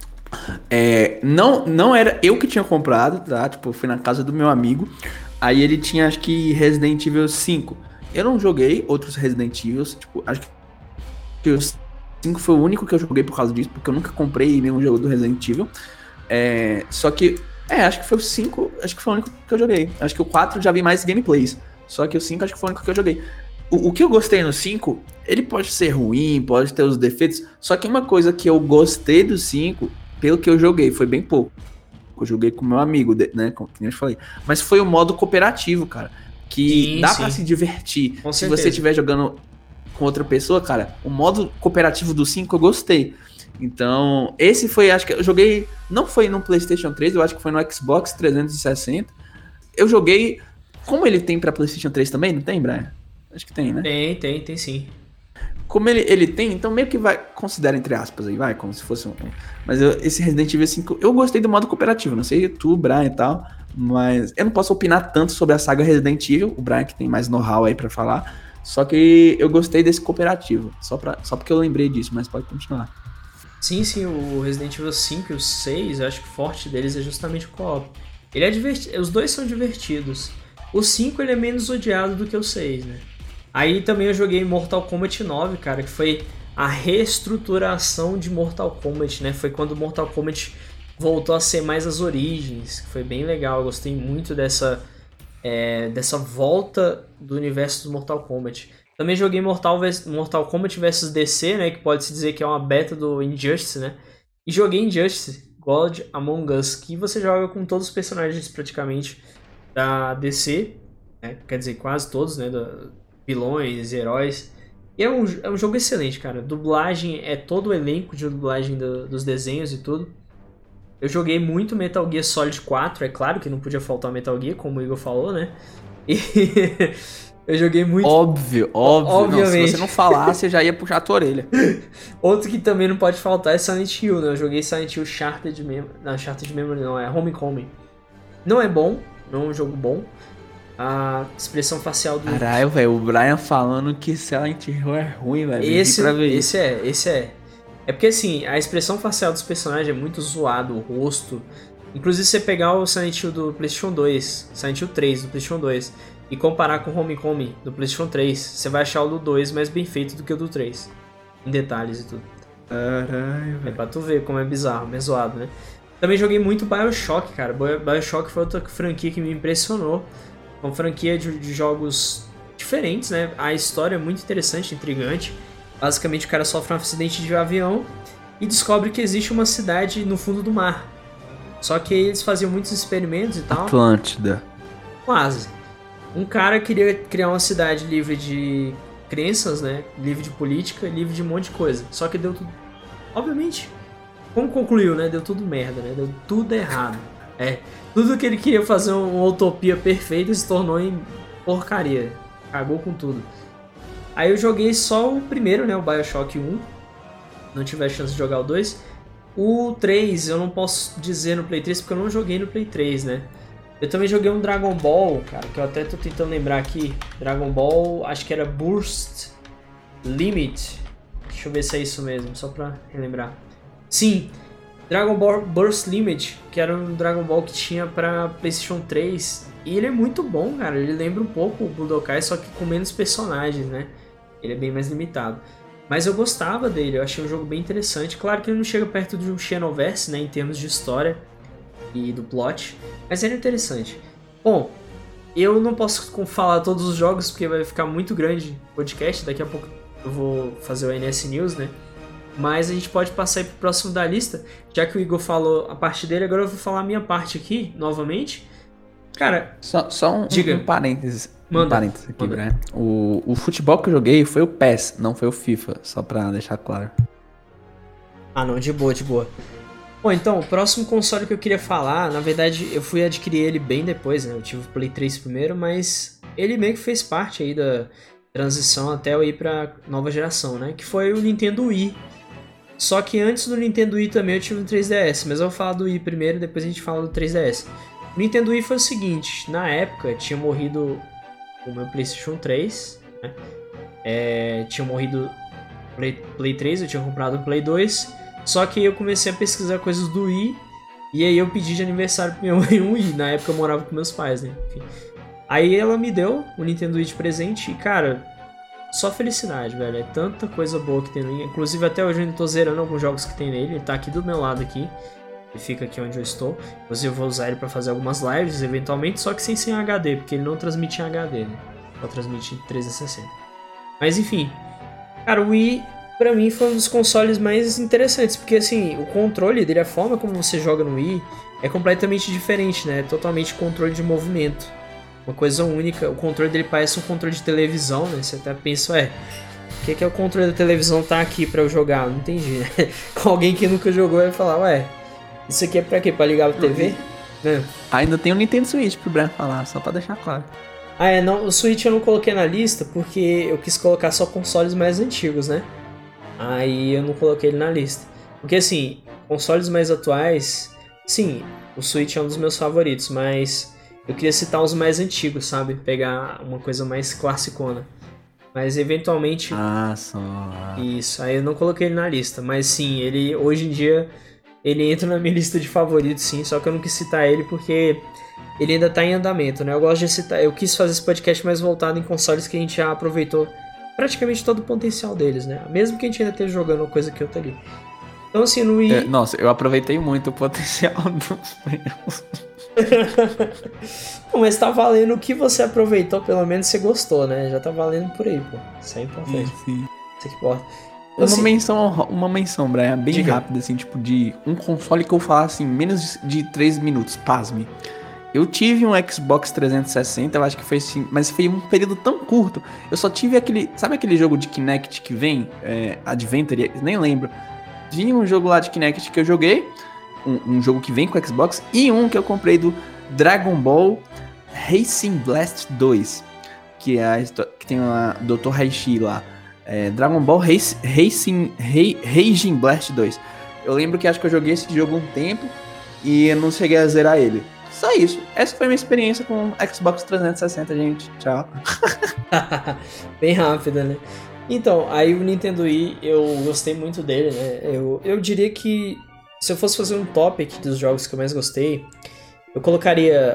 Não era eu que tinha comprado, tá? Tipo, eu fui na casa do meu amigo, aí ele tinha, acho que, Resident Evil 5. Eu não joguei outros Resident Evil, tipo, acho que o 5 foi o único que eu joguei por causa disso, porque eu nunca comprei nenhum jogo do Resident Evil. Só que, acho que foi o 5, acho que foi o único que eu joguei. Acho que o 4 já vi mais gameplays, só que o 5 acho que foi o único que eu joguei. O que eu gostei no 5, ele pode ser ruim, pode ter os defeitos, só que uma coisa que eu gostei do 5, pelo que eu joguei, foi bem pouco. Eu joguei com meu amigo, né, como eu falei. Mas foi o modo cooperativo, cara, que dá pra se divertir. Com se certeza. você estiver jogando com outra pessoa, cara, o modo cooperativo do 5 eu gostei. Então, esse foi, acho que eu joguei, não foi no PlayStation 3, eu acho que foi no Xbox 360. Eu joguei, como ele tem pra PlayStation 3 também, não tem, Brian? Acho que tem, né? Tem sim. Como ele tem, então meio que vai, considera entre aspas aí, vai, como se fosse um... Mas esse Resident Evil 5, eu gostei do modo cooperativo, não sei tu, Brian e tal, mas eu não posso opinar tanto sobre a saga Resident Evil, o Brian que tem mais know-how aí pra falar, só que eu gostei desse cooperativo, só porque eu lembrei disso, mas pode continuar. Sim, o Resident Evil 5 e o 6, eu acho que o forte deles é justamente o co-op. Ele é divertido, os dois são divertidos. O 5 ele é menos odiado do que o 6, né? Aí também eu joguei Mortal Kombat 9, cara, que foi a reestruturação de Mortal Kombat, né? Foi quando Mortal Kombat voltou a ser mais as origens, que foi bem legal. Eu gostei muito dessa volta do universo do Mortal Kombat. Também joguei Mortal Kombat vs DC, né? Que pode-se dizer que é uma beta do Injustice, né? E joguei Injustice, God Among Us, que você joga com todos os personagens praticamente da DC, né? Quer dizer, quase todos, né? Vilões, heróis. E é um jogo excelente, cara. Dublagem é todo o elenco de dublagem dos desenhos e tudo. Eu joguei muito Metal Gear Solid 4, é claro que não podia faltar Metal Gear, como o Igor falou, né? E eu joguei muito... Óbvio. Obviamente. Não, se você não falasse, eu já ia puxar a tua orelha. Outro que também não pode faltar é Silent Hill, né? Eu joguei Silent Hill Shattered Memory, não, é Homecoming. Não é bom, não é um jogo bom. a expressão facial do... Caralho, velho, o Brian falando que Silent Hill é ruim, velho. Esse é. É porque, assim, a expressão facial dos personagens é muito zoado, o rosto. Inclusive, se você pegar o Silent Hill do PlayStation 2, Silent Hill 3 do PlayStation 2, e comparar com o Homecoming do PlayStation 3, você vai achar o do 2 mais bem feito do que o do 3. Em detalhes e tudo. Caralho, velho. É pra tu ver como é bizarro, meio zoado, né? Também joguei muito BioShock, cara. BioShock foi outra franquia que me impressionou. Uma franquia de jogos diferentes, né? A história é muito interessante, intrigante. Basicamente, o cara sofre um acidente de avião e descobre que existe uma cidade no fundo do mar. Só que eles faziam muitos experimentos e tal. Atlântida. Quase. Um cara queria criar uma cidade livre de crenças, né? Livre de política, livre de um monte de coisa. Só que deu tudo... Obviamente, como concluiu, né? Deu tudo merda, né? Deu tudo errado. Tudo que ele queria fazer uma utopia perfeita se tornou em porcaria. Cagou com tudo. Aí eu joguei só o primeiro, né? O BioShock 1. Não tive a chance de jogar o 2. O 3 eu não posso dizer no Play 3 porque eu não joguei no Play 3, né? Eu também joguei um Dragon Ball, cara, que eu até tô tentando lembrar aqui. Dragon Ball, acho que era Burst Limit. Deixa eu ver se é isso mesmo, só pra relembrar. Sim, Dragon Ball Burst Limit, que era um Dragon Ball que tinha pra PlayStation 3. E ele é muito bom, cara. Ele lembra um pouco o Budokai, só que com menos personagens, né? Ele é bem mais limitado. Mas eu gostava dele, eu achei um jogo bem interessante. Claro que ele não chega perto de um Xenoverse, né? Em termos de história e do plot. Mas ele é interessante. Bom, eu não posso falar todos os jogos, porque vai ficar muito grande o podcast. Daqui a pouco eu vou fazer o NS News, né? Mas a gente pode passar aí pro próximo da lista. Já que o Igor falou a parte dele, agora eu vou falar a minha parte aqui, novamente. Cara, só um parênteses. Manda, um parênteses aqui, Brian. O futebol que eu joguei foi o PES, não foi o FIFA, só pra deixar claro. Ah, não, de boa, de boa. Bom, então, o próximo console que eu queria falar, na verdade, eu fui adquirir ele bem depois, né? Eu tive o Play 3 primeiro, mas ele meio que fez parte aí da transição até eu ir pra nova geração, né? Que foi o Nintendo Wii. Só que antes do Nintendo Wii também eu tive um 3DS, mas eu vou falar do Wii primeiro, depois a gente fala do 3DS. O Nintendo Wii foi o seguinte, na época tinha morrido o meu PlayStation 3, né? Tinha morrido o Play 3, eu tinha comprado o Play 2, só que eu comecei a pesquisar coisas do Wii, e aí eu pedi de aniversário pra minha mãe um Wii, na época eu morava com meus pais, né? Enfim. Aí ela me deu o Nintendo Wii de presente e, cara, só felicidade, velho. É tanta coisa boa que tem no Wii. Inclusive até hoje eu ainda tô zerando alguns jogos que tem nele, ele tá aqui do meu lado aqui. Ele fica aqui onde eu estou. Inclusive eu vou usar ele pra fazer algumas lives, eventualmente, só que sem HD, porque ele não transmite em HD, né? Só transmite em 360. Mas enfim, cara, o Wii pra mim foi um dos consoles mais interessantes, porque assim, o controle dele, a forma como você joga no Wii é completamente diferente, né? É totalmente controle de movimento. Uma coisa única, o controle dele parece um controle de televisão, né? Você até pensa, o que é o controle da televisão tá aqui pra eu jogar? Não entendi, né? Com alguém que nunca jogou vai falar, isso aqui é pra quê? Pra ligar a TV? Né? Ainda tem o Nintendo Switch pro Brian falar, só pra deixar claro. Não, o Switch eu não coloquei na lista porque eu quis colocar só consoles mais antigos, né? Aí eu não coloquei ele na lista. Porque assim, consoles mais atuais, sim, o Switch é um dos meus favoritos, mas eu queria citar os mais antigos, sabe? Pegar uma coisa mais classicona. Mas eventualmente... só... Isso, aí eu não coloquei ele na lista. Mas sim, ele hoje em dia, ele entra na minha lista de favoritos, sim. Só que eu não quis citar ele porque ele ainda tá em andamento, né? Eu gosto de citar... Eu quis fazer esse podcast mais voltado em consoles que a gente já aproveitou praticamente todo o potencial deles, né? Mesmo que a gente ainda esteja jogando uma coisa que outra ali. Então assim, no Wii... Nossa, eu aproveitei muito o potencial dos meus. Pô, mas tá valendo o que você aproveitou, pelo menos você gostou, né? Já tá valendo por aí, pô. Isso é importante. Sim. Isso que importa. Então, uma menção, Brian, bem Diga. rápida, assim, tipo, de um console que eu falar, assim, menos de 3 minutos, pasme. Eu tive um Xbox 360, eu acho que foi assim, mas foi um período tão curto. Eu só tive aquele, sabe aquele jogo de Kinect que vem? Adventure, nem lembro. Tinha um jogo lá de Kinect que eu joguei, um jogo que vem com o Xbox, e um que eu comprei do Dragon Ball Racing Blast 2, que é a história que tem o Dr. Raishi lá. Dragon Ball Racing Blast 2. Eu lembro que acho que eu joguei esse jogo um tempo e eu não cheguei a zerar ele. só isso. Essa foi a minha experiência com Xbox 360, gente. Tchau. Bem rápida, né? Então, aí o Nintendo Wii, eu gostei muito dele, né? Eu diria que se eu fosse fazer um top aqui dos jogos que eu mais gostei, eu colocaria...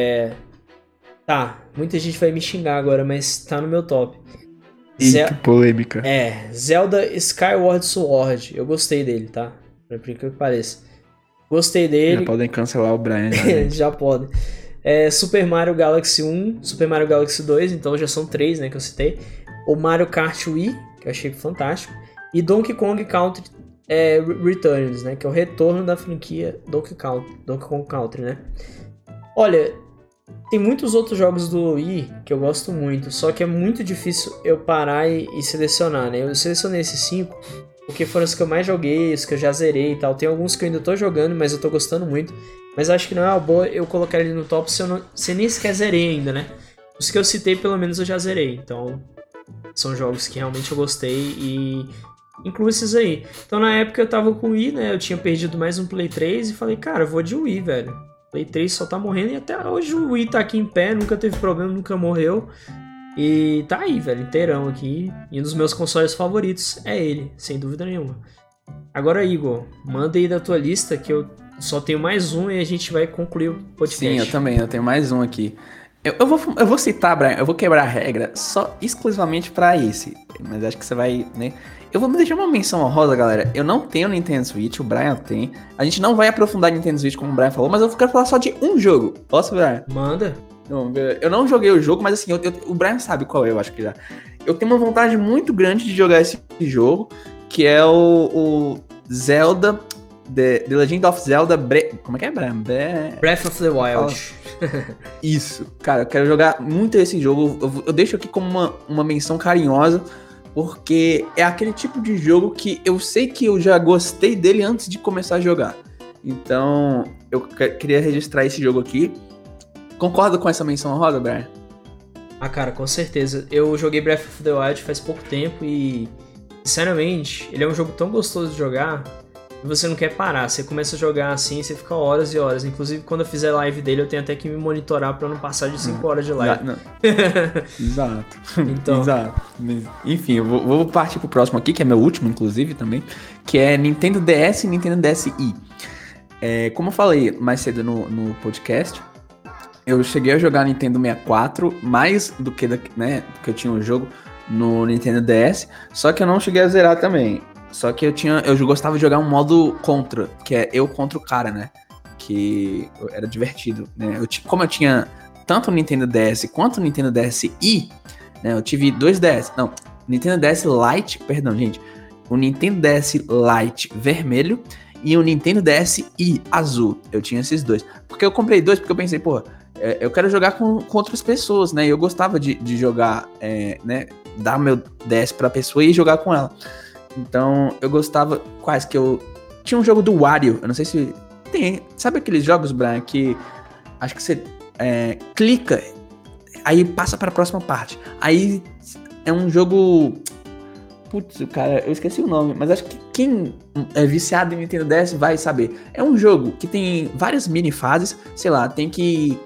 Tá, muita gente vai me xingar agora, mas tá no meu top. Que polêmica. Zelda Skyward Sword. Eu gostei dele, tá? Por incrível que pareça. Gostei dele. Já podem cancelar o Brian. Já, já podem. Super Mario Galaxy 1, Super Mario Galaxy 2, então já são 3, né, que eu citei. O Mario Kart Wii, que eu achei fantástico. E Donkey Kong Country Returns, né, que é o retorno da franquia Donkey Kong Country, né. Olha, tem muitos outros jogos do Wii que eu gosto muito, só que é muito difícil eu parar e selecionar, né. Eu selecionei esses 5 porque foram os que eu mais joguei, os que eu já zerei e tal. Tem alguns que eu ainda tô jogando, mas eu tô gostando muito. Mas acho que não é uma boa eu colocar ele no top se nem sequer zerei ainda, né? Os que eu citei, pelo menos, eu já zerei. Então, são jogos que realmente eu gostei e incluo esses aí. Então, na época eu tava com o Wii, né? Eu tinha perdido mais um Play 3 e falei, cara, eu vou de Wii, velho. Play 3 só tá morrendo e até hoje o Wii tá aqui em pé, nunca teve problema, nunca morreu. E tá aí, velho, inteirão aqui. E um dos meus consoles favoritos é ele, sem dúvida nenhuma. Agora, Igor, manda aí da tua lista que eu só tenho mais um e a gente vai concluir o podcast. Sim, eu também, eu tenho mais um aqui. Eu vou citar, Brian, eu vou quebrar a regra só exclusivamente pra esse. Mas acho que você vai, né? Eu vou me deixar uma menção honrosa, galera. Eu não tenho Nintendo Switch, o Brian tem. A gente não vai aprofundar Nintendo Switch como o Brian falou, mas eu quero falar só de um jogo. Posso, Brian? Manda. Eu não joguei o jogo, mas assim, o Brian sabe qual é, eu acho que já. Eu tenho uma vontade muito grande de jogar esse jogo, que é o Zelda, The Legend of Zelda, como é que é, Brian? Breath of the Wild. Isso, cara, eu quero jogar muito esse jogo, eu deixo aqui como uma menção carinhosa, porque é aquele tipo de jogo que eu sei que eu já gostei dele antes de começar a jogar. Então, eu queria registrar esse jogo aqui. Concorda com essa menção honrosa, Brian? Ah, cara, com certeza. Eu joguei Breath of the Wild faz pouco tempo e, sinceramente, ele é um jogo tão gostoso de jogar que você não quer parar. Você começa a jogar assim e você fica horas e horas. Inclusive, quando eu fizer live dele, eu tenho até que me monitorar pra não passar de 5 horas de live. Exato. Então. Exato. Enfim, eu vou partir pro próximo aqui, que é meu último, inclusive, também, que é Nintendo DS e Nintendo DSi. Como eu falei mais cedo no podcast, eu cheguei a jogar Nintendo 64, mais do que, né, porque eu tinha um jogo no Nintendo DS, só que eu não cheguei a zerar também. Só que eu gostava de jogar um modo contra, que é eu contra o cara, né? Que era divertido, né? Como eu tinha tanto o Nintendo DS quanto o Nintendo DSi, né? Eu tive 2 DS, não, Nintendo DS Lite, perdão, gente. O Nintendo DS Lite vermelho e o Nintendo DSi azul. Eu tinha esses 2. Porque eu comprei 2 porque eu pensei, pô, eu quero jogar com outras pessoas, né? Eu gostava de jogar, né? Dar meu DS pra pessoa e jogar com ela. Então, eu gostava... Quais que eu... Tinha um jogo do Wario, eu não sei se... Tem... Sabe aqueles jogos, Brian, que... Acho que você clica, aí passa pra próxima parte. Aí é um jogo... Putz, cara, eu esqueci o nome, mas acho que quem é viciado em Nintendo DS vai saber. É um jogo que tem várias mini fases, sei lá, tem que...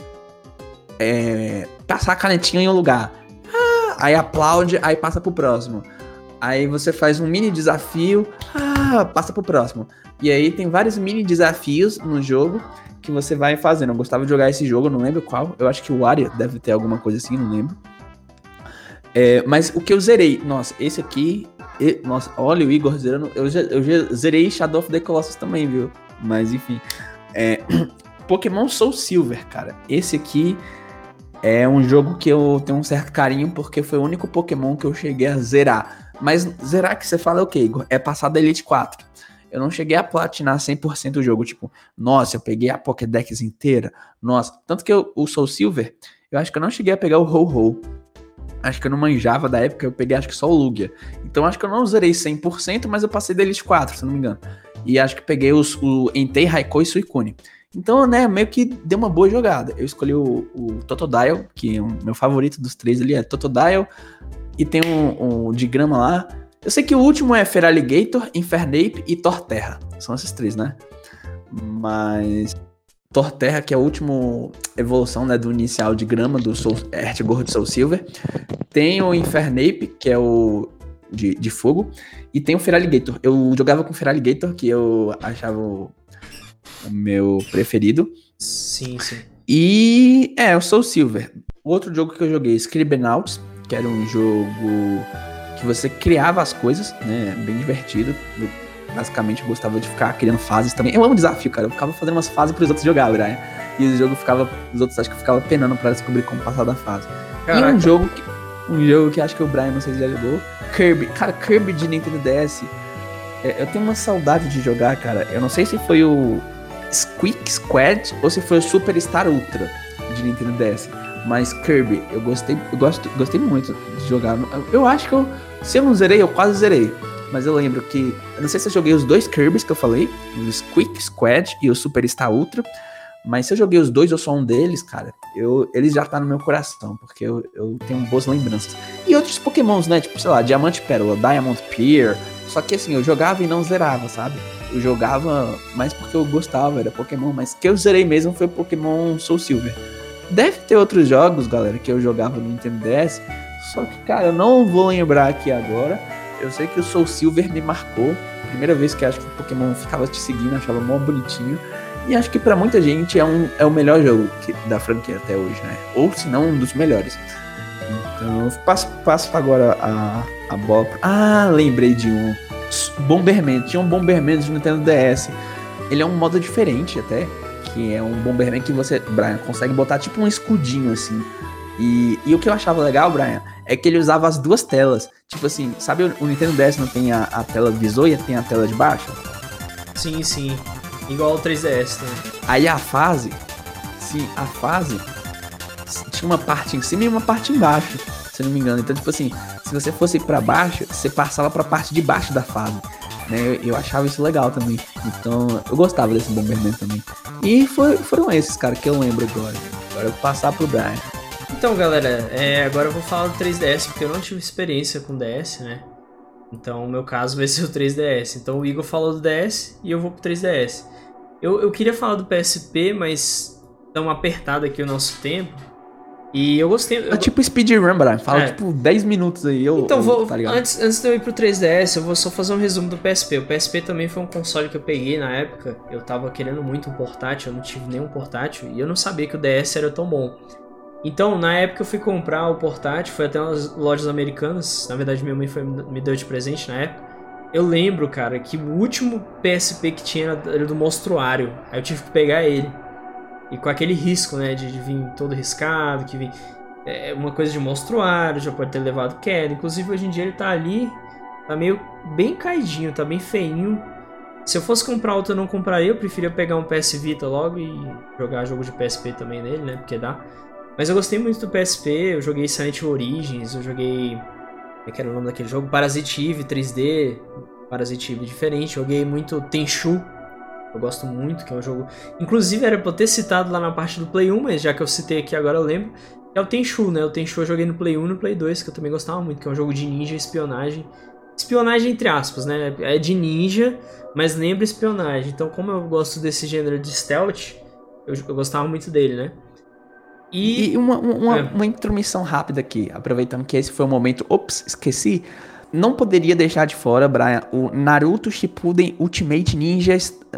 passar a canetinha em um lugar. Aí aplaude, aí passa pro próximo. Aí você faz um mini desafio, passa pro próximo. E aí tem vários mini desafios no jogo que você vai fazendo. Eu gostava de jogar esse jogo, não lembro qual. Eu acho que o Wario deve ter alguma coisa assim, não lembro. Mas o que eu zerei, nossa, esse aqui... Nossa, olha o Igor zerando. Eu já zerei Shadow of the Colossus também, viu? Mas enfim. Pokémon Soul Silver, cara. Esse aqui é um jogo que eu tenho um certo carinho porque foi o único Pokémon que eu cheguei a zerar. Mas zerar que você fala é o quê, Igor? É passar da Elite 4. Eu não cheguei a platinar 100% o jogo. Tipo, nossa, eu peguei a Pokédex inteira. Nossa, tanto que o Soul Silver, eu acho que eu não cheguei a pegar o Ho-Ho. Acho que eu não manjava da época, eu peguei acho que só o Lugia. Então acho que eu não zerei 100%, mas eu passei da Elite 4, se não me engano. E acho que peguei o Entei, Raikou e Suicune. Então, né, meio que deu uma boa jogada. Eu escolhi o Totodile, que é o meu favorito dos 3 ali, é Totodile. E tem um de grama lá. Eu sei que o último é Feraligatr, Infernape e Torterra. São esses 3, né? Mas Torterra, que é a última evolução, né, do inicial de grama do Earthgore Soul Silver. Tem o Infernape, que é o de fogo. E tem o Feraligator. Eu jogava com o Feraligator, que eu achava o meu preferido. Sim, sim. E o Soul Silver. O outro jogo que eu joguei, Scribblenauts, que era um jogo que você criava as coisas, né? Bem divertido. Basicamente, eu gostava de ficar criando fases também. Eu amo desafio, cara. Eu ficava fazendo umas fases pros outros jogar, né? E o jogo os outros acho que ficava penando pra descobrir como passar da fase. Caraca. E um jogo que acho que o Brian, não sei se já jogou, Kirby. Cara, Kirby de Nintendo DS. Eu tenho uma saudade de jogar, cara. Eu não sei se foi o Squeak Squad ou se foi o Super Star Ultra de Nintendo DS. Mas Kirby, eu gostei muito de jogar. Eu acho que se eu não zerei, eu quase zerei. Mas eu lembro que, eu não sei se eu joguei os 2 Kirbys que eu falei, o Squeak Squad e o Super Star Ultra. Mas se eu joguei os 2 ou só um deles, cara, eles já tá no meu coração, porque eu tenho boas lembranças. E outros Pokémons, né? Tipo, sei lá, Diamante Pérola, Diamond Pearl. Só que assim, eu jogava e não zerava, sabe? Eu jogava mais porque eu gostava, era Pokémon. Mas que eu zerei mesmo foi Pokémon Soul Silver. Deve ter outros jogos, galera, que eu jogava no Nintendo DS. Só que, cara, eu não vou lembrar aqui agora. Eu sei que o Soul Silver me marcou. Primeira vez que acho que o Pokémon ficava te seguindo, achava mó bonitinho. E acho que pra muita gente é o melhor jogo da franquia até hoje, né? Ou se não, um dos melhores. Então eu passo agora a bola. Lembrei de um Bomberman. Tinha um Bomberman de Nintendo DS. Ele é um modo diferente até. Que é um Bomberman que você, Brian, consegue botar tipo um escudinho assim. E o que eu achava legal, Brian, é que ele usava as 2 telas. Tipo assim, sabe o Nintendo DS não tem a tela visor e tem a tela de baixo? Sim, sim. Igual o 3DS, né? Aí a fase tinha uma parte em cima e uma parte embaixo, se eu não me engano. Então, tipo assim, se você fosse pra baixo, você passava pra parte de baixo da fase, né? Eu achava isso legal também. Então, eu gostava desse Bomberman também. E foram esses, cara, que eu lembro agora. Agora eu vou passar pro Brian. Então, galera, agora eu vou falar do 3DS, porque eu não tive experiência com DS, né? Então, o meu caso vai ser o 3DS. Então, o Igor falou do DS e eu vou pro 3DS. Eu queria falar do PSP, mas dá uma apertada aqui o nosso tempo. E eu gostei... É tipo speedrun, Brian. Fala tipo 10 minutos aí. Tá antes de eu ir pro 3DS, eu vou só fazer um resumo do PSP. O PSP também foi um console que eu peguei na época. Eu tava querendo muito um portátil, eu não tive nenhum portátil. E eu não sabia que o DS era tão bom. Então, na época eu fui comprar o portátil, foi até umas lojas americanas. Na verdade, minha mãe me deu de presente na época. Eu lembro, cara, que o último PSP que tinha era do Monstruário. Aí eu tive que pegar ele. E com aquele risco, né, de vir todo riscado, que vem uma coisa de Monstruário, já pode ter levado queda. Inclusive, hoje em dia ele tá ali, tá meio bem caidinho, tá bem feinho. Se eu fosse comprar outro, eu não compraria. Eu preferia pegar um PS Vita logo e jogar jogo de PSP também nele, né, porque dá. Mas eu gostei muito do PSP, eu joguei Silent Hill Origins, eu joguei... Como é que era o nome daquele jogo? Parasite Eve 3D, Parasite Eve diferente. Joguei muito Tenchu, eu gosto muito, que é um jogo... Inclusive era pra eu ter citado lá na parte do Play 1, mas já que eu citei aqui agora eu lembro. É o Tenchu, né? O Tenchu eu joguei no Play 1 e no Play 2, que eu também gostava muito, que é um jogo de ninja e espionagem. Espionagem entre aspas, né? É de ninja, mas lembra espionagem. Então, como eu gosto desse gênero de stealth, eu gostava muito dele, né? E uma intromissão rápida aqui, aproveitando que esse foi o momento... Ops, esqueci. Não poderia deixar de fora, Brian, o Naruto Shippuden Ultimate Ninja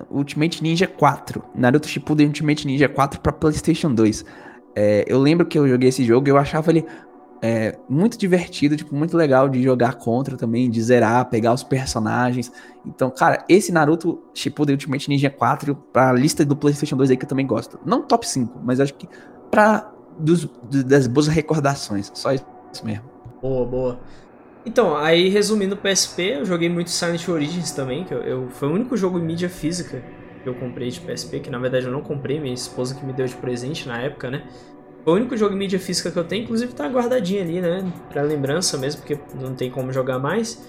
4. Naruto Shippuden Ultimate Ninja 4 pra PlayStation 2. Eu lembro que eu joguei esse jogo e eu achava ele muito divertido, tipo, muito legal de jogar contra também, de zerar, pegar os personagens. Então, cara, esse Naruto Shippuden Ultimate Ninja 4 pra lista do PlayStation 2 aí que eu também gosto. Não top 5, mas acho que das boas recordações. Só isso mesmo. Boa, boa. Então, aí resumindo o PSP, eu joguei muito Silent Hill Origins também, que foi o único jogo em mídia física que eu comprei de PSP, que na verdade eu não comprei, minha esposa que me deu de presente na época, né? Foi o único jogo em mídia física que eu tenho, inclusive tá guardadinho ali, né? Pra lembrança mesmo, porque não tem como jogar mais.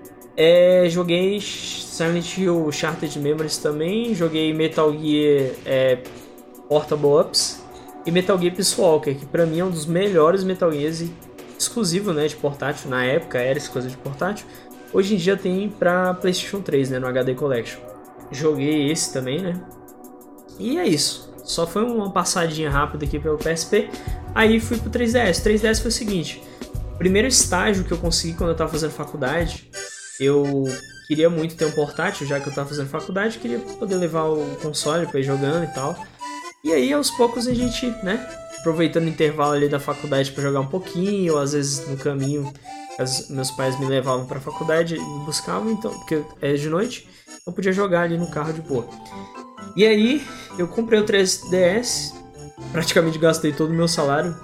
Joguei Silent Hill Shattered Memories também, joguei Metal Gear Portable Ops e Metal Gear Peace Walker, que pra mim é um dos melhores Metal Gears exclusivo, né, de portátil. Na época era essa coisa de portátil. Hoje em dia tem pra PlayStation 3, né, no HD Collection. Joguei esse também, né? E é isso. só foi uma passadinha rápida aqui pelo PSP. Aí fui pro 3DS. O 3DS foi o seguinte: o primeiro estágio que eu consegui quando eu tava fazendo faculdade, eu queria muito ter um portátil, já que eu tava fazendo faculdade, queria poder levar o console pra ir jogando e tal. E aí, aos poucos, a gente, né, aproveitando o intervalo ali da faculdade pra jogar um pouquinho, ou às vezes no caminho, meus pais me levavam pra faculdade e me buscavam, então, porque é de noite, eu podia jogar ali no carro de boa. E aí, eu comprei o 3DS, praticamente gastei todo o meu salário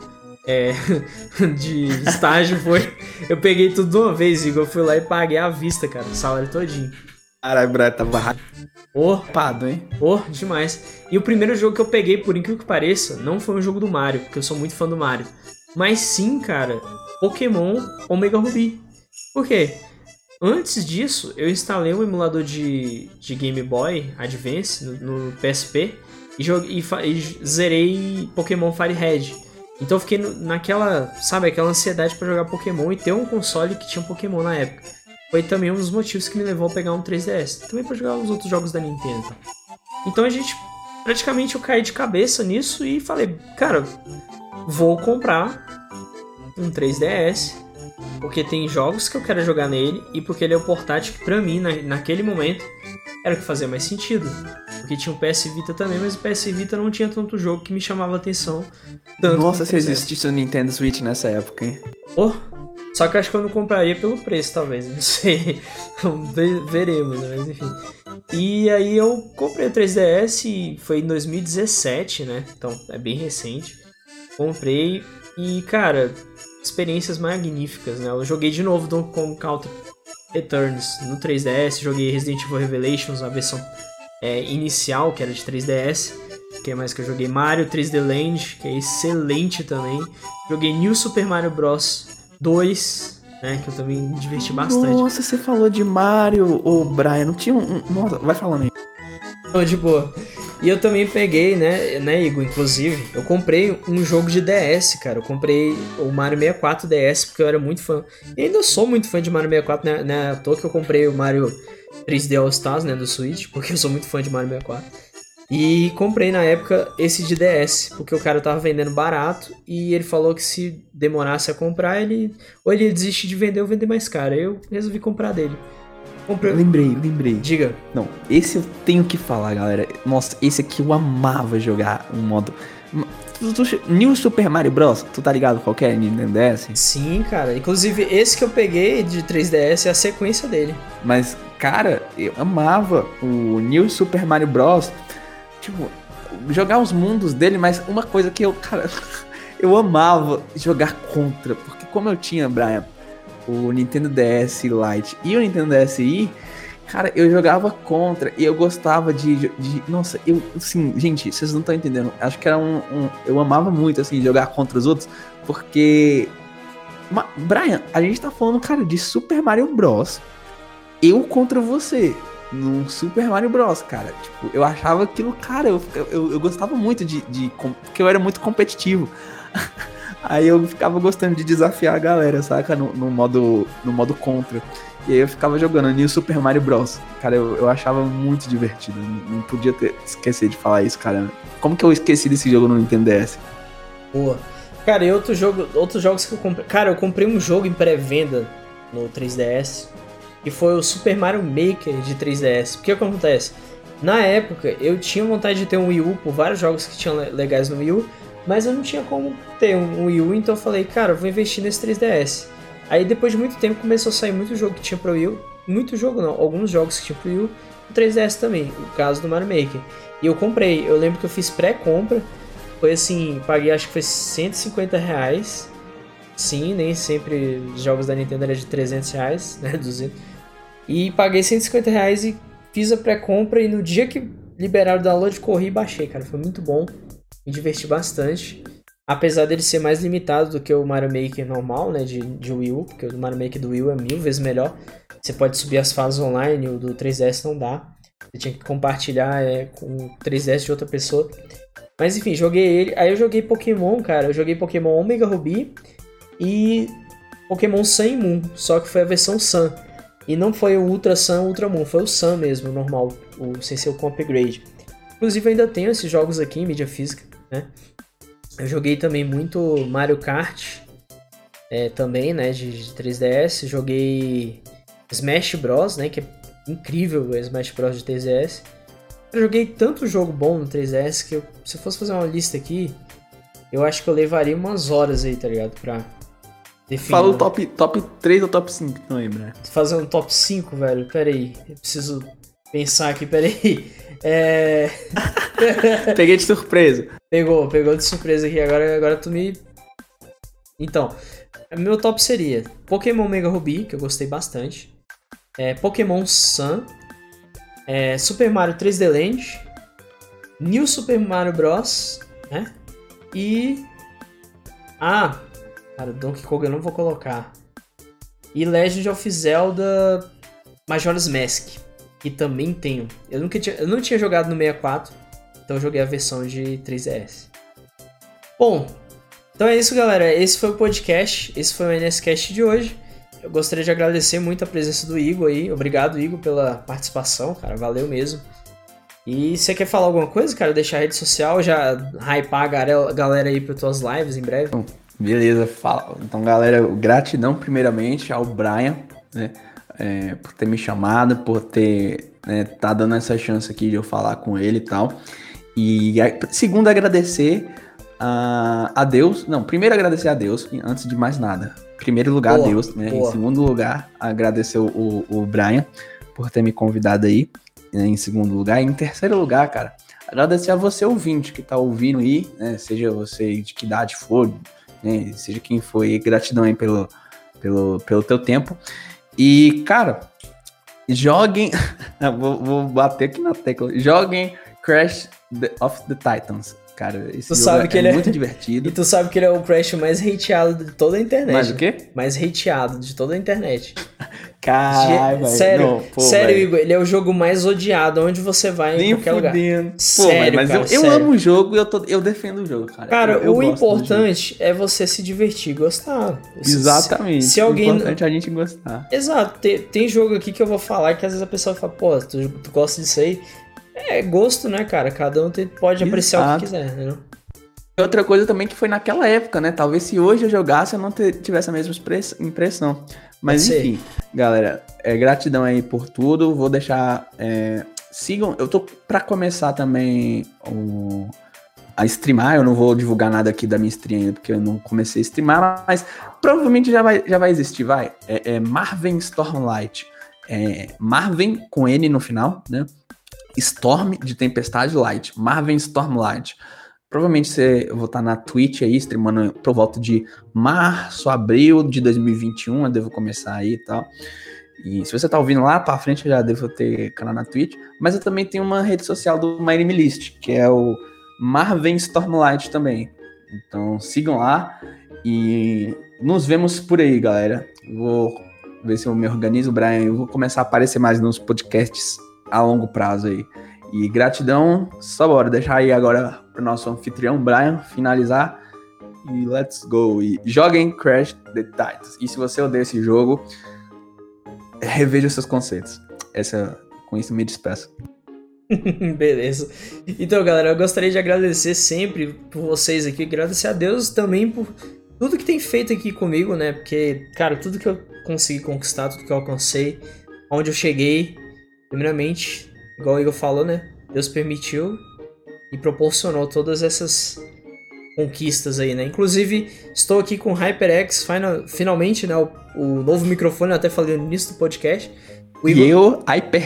de estágio, foi. Eu peguei tudo de uma vez, Igor, eu fui lá e paguei à vista, cara, o salário todinho. Caralho, Brian, tá Rapado, hein? Demais. E o primeiro jogo que eu peguei, por incrível que pareça, não foi um jogo do Mario, porque eu sou muito fã do Mario. Mas sim, cara, Pokémon Omega Ruby. Por quê? Antes disso, eu instalei um emulador de Game Boy Advance no PSP e zerei Pokémon Fire Red. Então eu fiquei naquela, sabe, aquela ansiedade pra jogar Pokémon e ter um console que tinha Pokémon na época. Foi também um dos motivos que me levou a pegar um 3DS. Também pra jogar os outros jogos da Nintendo. Então praticamente eu caí de cabeça nisso e falei, cara, vou comprar um 3DS, porque tem jogos que eu quero jogar nele e porque ele é o portátil que pra mim, naquele momento, era o que fazia mais sentido. Porque tinha o PS Vita também, mas o PS Vita não tinha tanto jogo que me chamava a atenção. Nossa, se existisse o Nintendo Switch nessa época, hein? Só que eu acho que eu não compraria pelo preço, talvez, não sei. Veremos, né? Mas enfim. E aí eu comprei o 3DS e foi em 2017, né? Então é bem recente. Comprei e, cara, experiências magníficas, né? Eu joguei de novo Donkey Kong Country Returns no 3DS, joguei Resident Evil Revelations, a versão inicial, que era de 3DS. Que é mais que eu joguei? Mario 3D Land, que é excelente também. Joguei New Super Mario Bros. 2, né, que eu também me diverti bastante. Nossa, você falou de Mario, Brian, não tinha Nossa, vai falando aí. Não, de boa. E eu também peguei, né, Igor, inclusive, eu comprei um jogo de DS, cara. Eu comprei o Mario 64 DS, porque eu era muito fã. E ainda sou muito fã de Mario 64, né, à toa que eu comprei o Mario 3D All Stars, né, do Switch, porque eu sou muito fã de Mario 64. E comprei na época esse de DS, porque o cara tava vendendo barato e ele falou que se demorasse a comprar, ou ele ia desistir de vender ou vender mais caro. Aí eu resolvi comprar dele. Comprei. Lembrei. Diga. Não, esse eu tenho que falar, galera. Nossa, esse aqui eu amava jogar um modo... New Super Mario Bros, tu tá ligado qual que é, Nintendo DS? Sim, cara. Inclusive, esse que eu peguei de 3DS é a sequência dele. Mas, cara, eu amava o New Super Mario Bros. Tipo, jogar os mundos dele, mas uma coisa que eu amava jogar contra, porque como eu tinha, Brian, o Nintendo DS Lite e o Nintendo DSi, cara, eu jogava contra e eu gostava nossa, assim, gente, vocês não estão entendendo, acho que era eu amava muito, assim, jogar contra os outros, porque, Brian, a gente tá falando, cara, de Super Mario Bros, eu contra você, num Super Mario Bros, cara. Tipo, eu achava aquilo, cara, eu gostava muito porque eu era muito competitivo. Aí eu ficava gostando de desafiar a galera, saca? No modo contra. E aí eu ficava jogando New Super Mario Bros. Cara, eu achava muito divertido. Não podia esquecer de falar isso, cara. Como que eu esqueci desse jogo no Nintendo DS? Boa. Cara, e outros jogos que eu comprei... Cara, eu comprei um jogo em pré-venda no 3DS... E foi o Super Mario Maker de 3DS. O que acontece? Na época, eu tinha vontade de ter um Wii U por vários jogos que tinham legais no Wii U, mas eu não tinha como ter um Wii U, então eu falei, cara, eu vou investir nesse 3DS. Aí depois de muito tempo começou a sair muito jogo que tinha pro Wii U. Muito jogo não, alguns jogos que tinha pro Wii U, o 3DS também, o caso do Mario Maker. E eu comprei, eu lembro que eu fiz pré-compra, foi assim, paguei acho que foi R$150. Sim, nem sempre os jogos da Nintendo eram de R$300, né, 200. E paguei R$150 e fiz a pré-compra e no dia que liberaram o download, corri e baixei, cara. Foi muito bom, me diverti bastante. Apesar dele ser mais limitado do que o Mario Maker normal, né, de Wii U, porque o Mario Maker do Wii U é 1000 vezes melhor. Você pode subir as fases online, o do 3DS não dá. Você tinha que compartilhar com o 3DS de outra pessoa. Mas enfim, joguei ele. Aí eu joguei Pokémon, cara. Eu joguei Pokémon Omega Ruby e Pokémon Sun e Moon, só que foi a versão Sun. E não foi o Ultra Sun, Ultra Moon, foi o Sun mesmo, o normal, sem ser o com upgrade. Inclusive, eu ainda tenho esses jogos aqui em mídia física, né? Eu joguei também muito Mario Kart, também, né, de 3DS. Joguei Smash Bros, né, que é incrível o Smash Bros de 3DS. Eu joguei tanto jogo bom no 3DS que se eu fosse fazer uma lista aqui, eu acho que eu levaria umas horas aí, tá ligado? Pra definir. Fala o top 3 ou top 5, não lembro, né? Fazer um top 5, velho, pera aí. Eu preciso pensar aqui, pera aí. Peguei de surpresa. Pegou de surpresa aqui, agora tu me... Então, meu top seria Pokémon Mega Ruby, que eu gostei bastante. Pokémon Sun. Super Mario 3D Land. New Super Mario Bros, né? E... cara, Donkey Kong eu não vou colocar. E Legend of Zelda Majora's Mask, que também tenho. Eu não tinha jogado no 64, então eu joguei a versão de 3DS. Bom, então é isso, galera. Esse foi o podcast, esse foi o NSCast de hoje. Eu gostaria de agradecer muito a presença do Igor aí. Obrigado, Igor, pela participação, cara. Valeu mesmo. E você quer falar alguma coisa, cara? Deixar a rede social, já hypar a galera aí para tuas lives em breve? Beleza, fala. Então, galera, gratidão primeiramente ao Brian, né, por ter me chamado, por ter tá dando essa chance aqui de eu falar com ele e tal. E segundo, agradecer a Deus. Não, primeiro agradecer a Deus, antes de mais nada. Em primeiro lugar, a Deus, né? Em segundo lugar, agradecer o Brian por ter me convidado aí, né, em segundo lugar. E em terceiro lugar, cara, agradecer a você, ouvinte, que tá ouvindo aí, né? Seja você de que idade for, né, seja quem for, e gratidão aí pelo teu tempo. E, cara, joguem... vou bater aqui na tecla. Joguem Crash of the Titans. Cara, esse jogo é muito divertido. E tu sabe que ele é o Crash mais hateado de toda a internet. Mais o quê? Mais hateado de toda a internet. Caralho, velho. Sério, Igor, ele é o jogo mais odiado onde você vai em qualquer lugar. Sério, mas cara, eu amo o jogo e eu defendo o jogo, cara. Cara, o importante é você se divertir e gostar. Exatamente. Se alguém... O importante é a gente gostar. Exato. Tem jogo aqui que eu vou falar que às vezes a pessoa fala, pô, tu gosta disso aí? É gosto, né, cara? Cada um pode apreciar o que quiser, né? Outra coisa também que foi naquela época, né? Talvez se hoje eu jogasse eu não tivesse a mesma impressão. Mas enfim, galera, gratidão aí por tudo. Vou deixar... sigam... Eu tô pra começar também a streamar. Eu não vou divulgar nada aqui da minha stream ainda, porque eu não comecei a streamar. Mas provavelmente já vai existir, vai. Marvin Stormlight. Marvin com N no final, né? Storm de Tempestade Light, Marvin Stormlight. Provavelmente eu vou estar na Twitch aí, streamando por volta de março, abril de 2021, eu devo começar aí e tal. E se você tá ouvindo lá pra frente, eu já devo ter canal na Twitch. Mas eu também tenho uma rede social do My Name List, que é o Marvin Stormlight também. Então sigam lá e nos vemos por aí, galera. Vou ver se eu me organizo, Brian. Eu vou começar a aparecer mais nos podcasts a longo prazo aí. E gratidão, só bora deixar aí agora pro nosso anfitrião Brian finalizar e let's go. E joguem Crash the Titans. E se você odeia esse jogo, reveja seus conceitos. Com isso me despeço. Beleza. Então, galera, eu gostaria de agradecer sempre por vocês aqui, agradecer a Deus também por tudo que tem feito aqui comigo, né? Porque, cara, tudo que eu consegui conquistar, tudo que eu alcancei, onde eu cheguei, primeiramente, igual o Igor falou, né? Deus permitiu e proporcionou todas essas conquistas aí, né? Inclusive, estou aqui com o HyperX, finalmente, né? O novo microfone, eu até falei no início do podcast. Igor...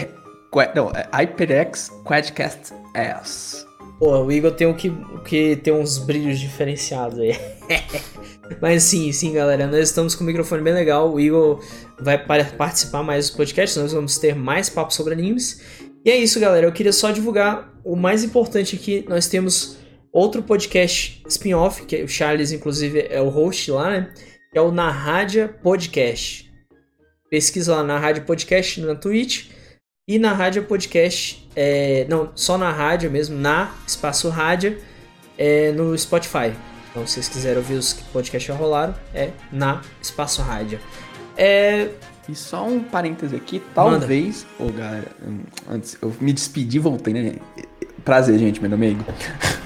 HyperX Quadcast S. Pô, o Igor tem o que tem uns brilhos diferenciados aí. Mas sim, galera, nós estamos com um microfone bem legal. O Igor vai participar mais dos podcasts, nós vamos ter mais papos sobre animes. E é isso, galera, eu queria só divulgar o mais importante aqui. Nós temos outro podcast spin-off, que o Charles, inclusive, é o host lá, né? Que é o Na Rádio Podcast. Pesquisa lá na Rádio Podcast na Twitch. E na Rádio Podcast, não, só na rádio mesmo, na espaço rádio, no Spotify. Então, se vocês quiserem ouvir os podcasts que já rolaram, na espaço rádio. E só um parêntese aqui, talvez... Ô, galera, antes eu me despedi e voltei, né? Prazer, gente, meu nome é Igor.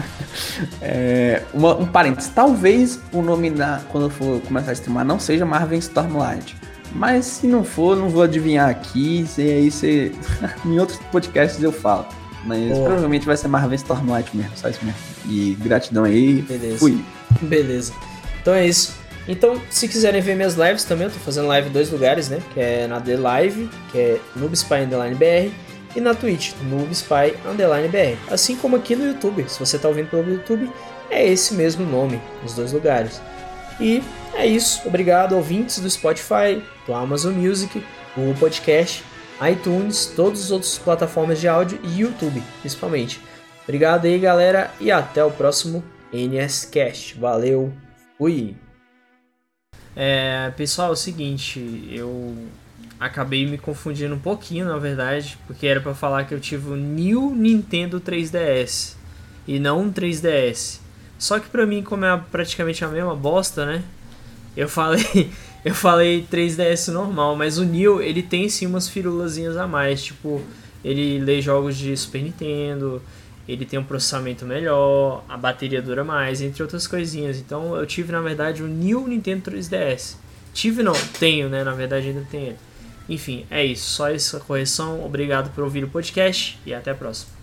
Um parênteses, talvez o nome quando eu for começar a streamar não seja Marvel Stormlight. Mas se não for, não vou adivinhar aqui. Em outros podcasts eu falo. Mas provavelmente vai ser Marvel Stormlight mesmo, só isso mesmo. E gratidão aí. Beleza. Fui. Beleza. Então é isso. Então, se quiserem ver minhas lives também, eu tô fazendo live em 2 lugares, né? Que é na The Live, que é NoobSpy_BR, e na Twitch, NoobSpy_BR. Assim como aqui no YouTube. Se você tá ouvindo pelo YouTube, é esse mesmo nome, nos 2 lugares. E é isso. Obrigado, ouvintes do Spotify, do Amazon Music, do Podcast, iTunes, todas as outras plataformas de áudio e YouTube, principalmente. Obrigado aí, galera, e até o próximo NSCast. Valeu, fui! Pessoal, é o seguinte, eu acabei me confundindo um pouquinho, na verdade, porque era pra falar que eu tive o New Nintendo 3DS e não um 3DS. Só que pra mim, como é praticamente a mesma bosta, né? Eu falei 3DS normal, mas o New, ele tem sim umas firulazinhas a mais, tipo, ele lê jogos de Super Nintendo, ele tem um processamento melhor, a bateria dura mais, entre outras coisinhas. Então eu tive, na verdade, o New Nintendo 3DS. Tenho, né? Na verdade ainda tenho ele. Enfim, é isso. Só essa correção. Obrigado por ouvir o podcast e até a próxima.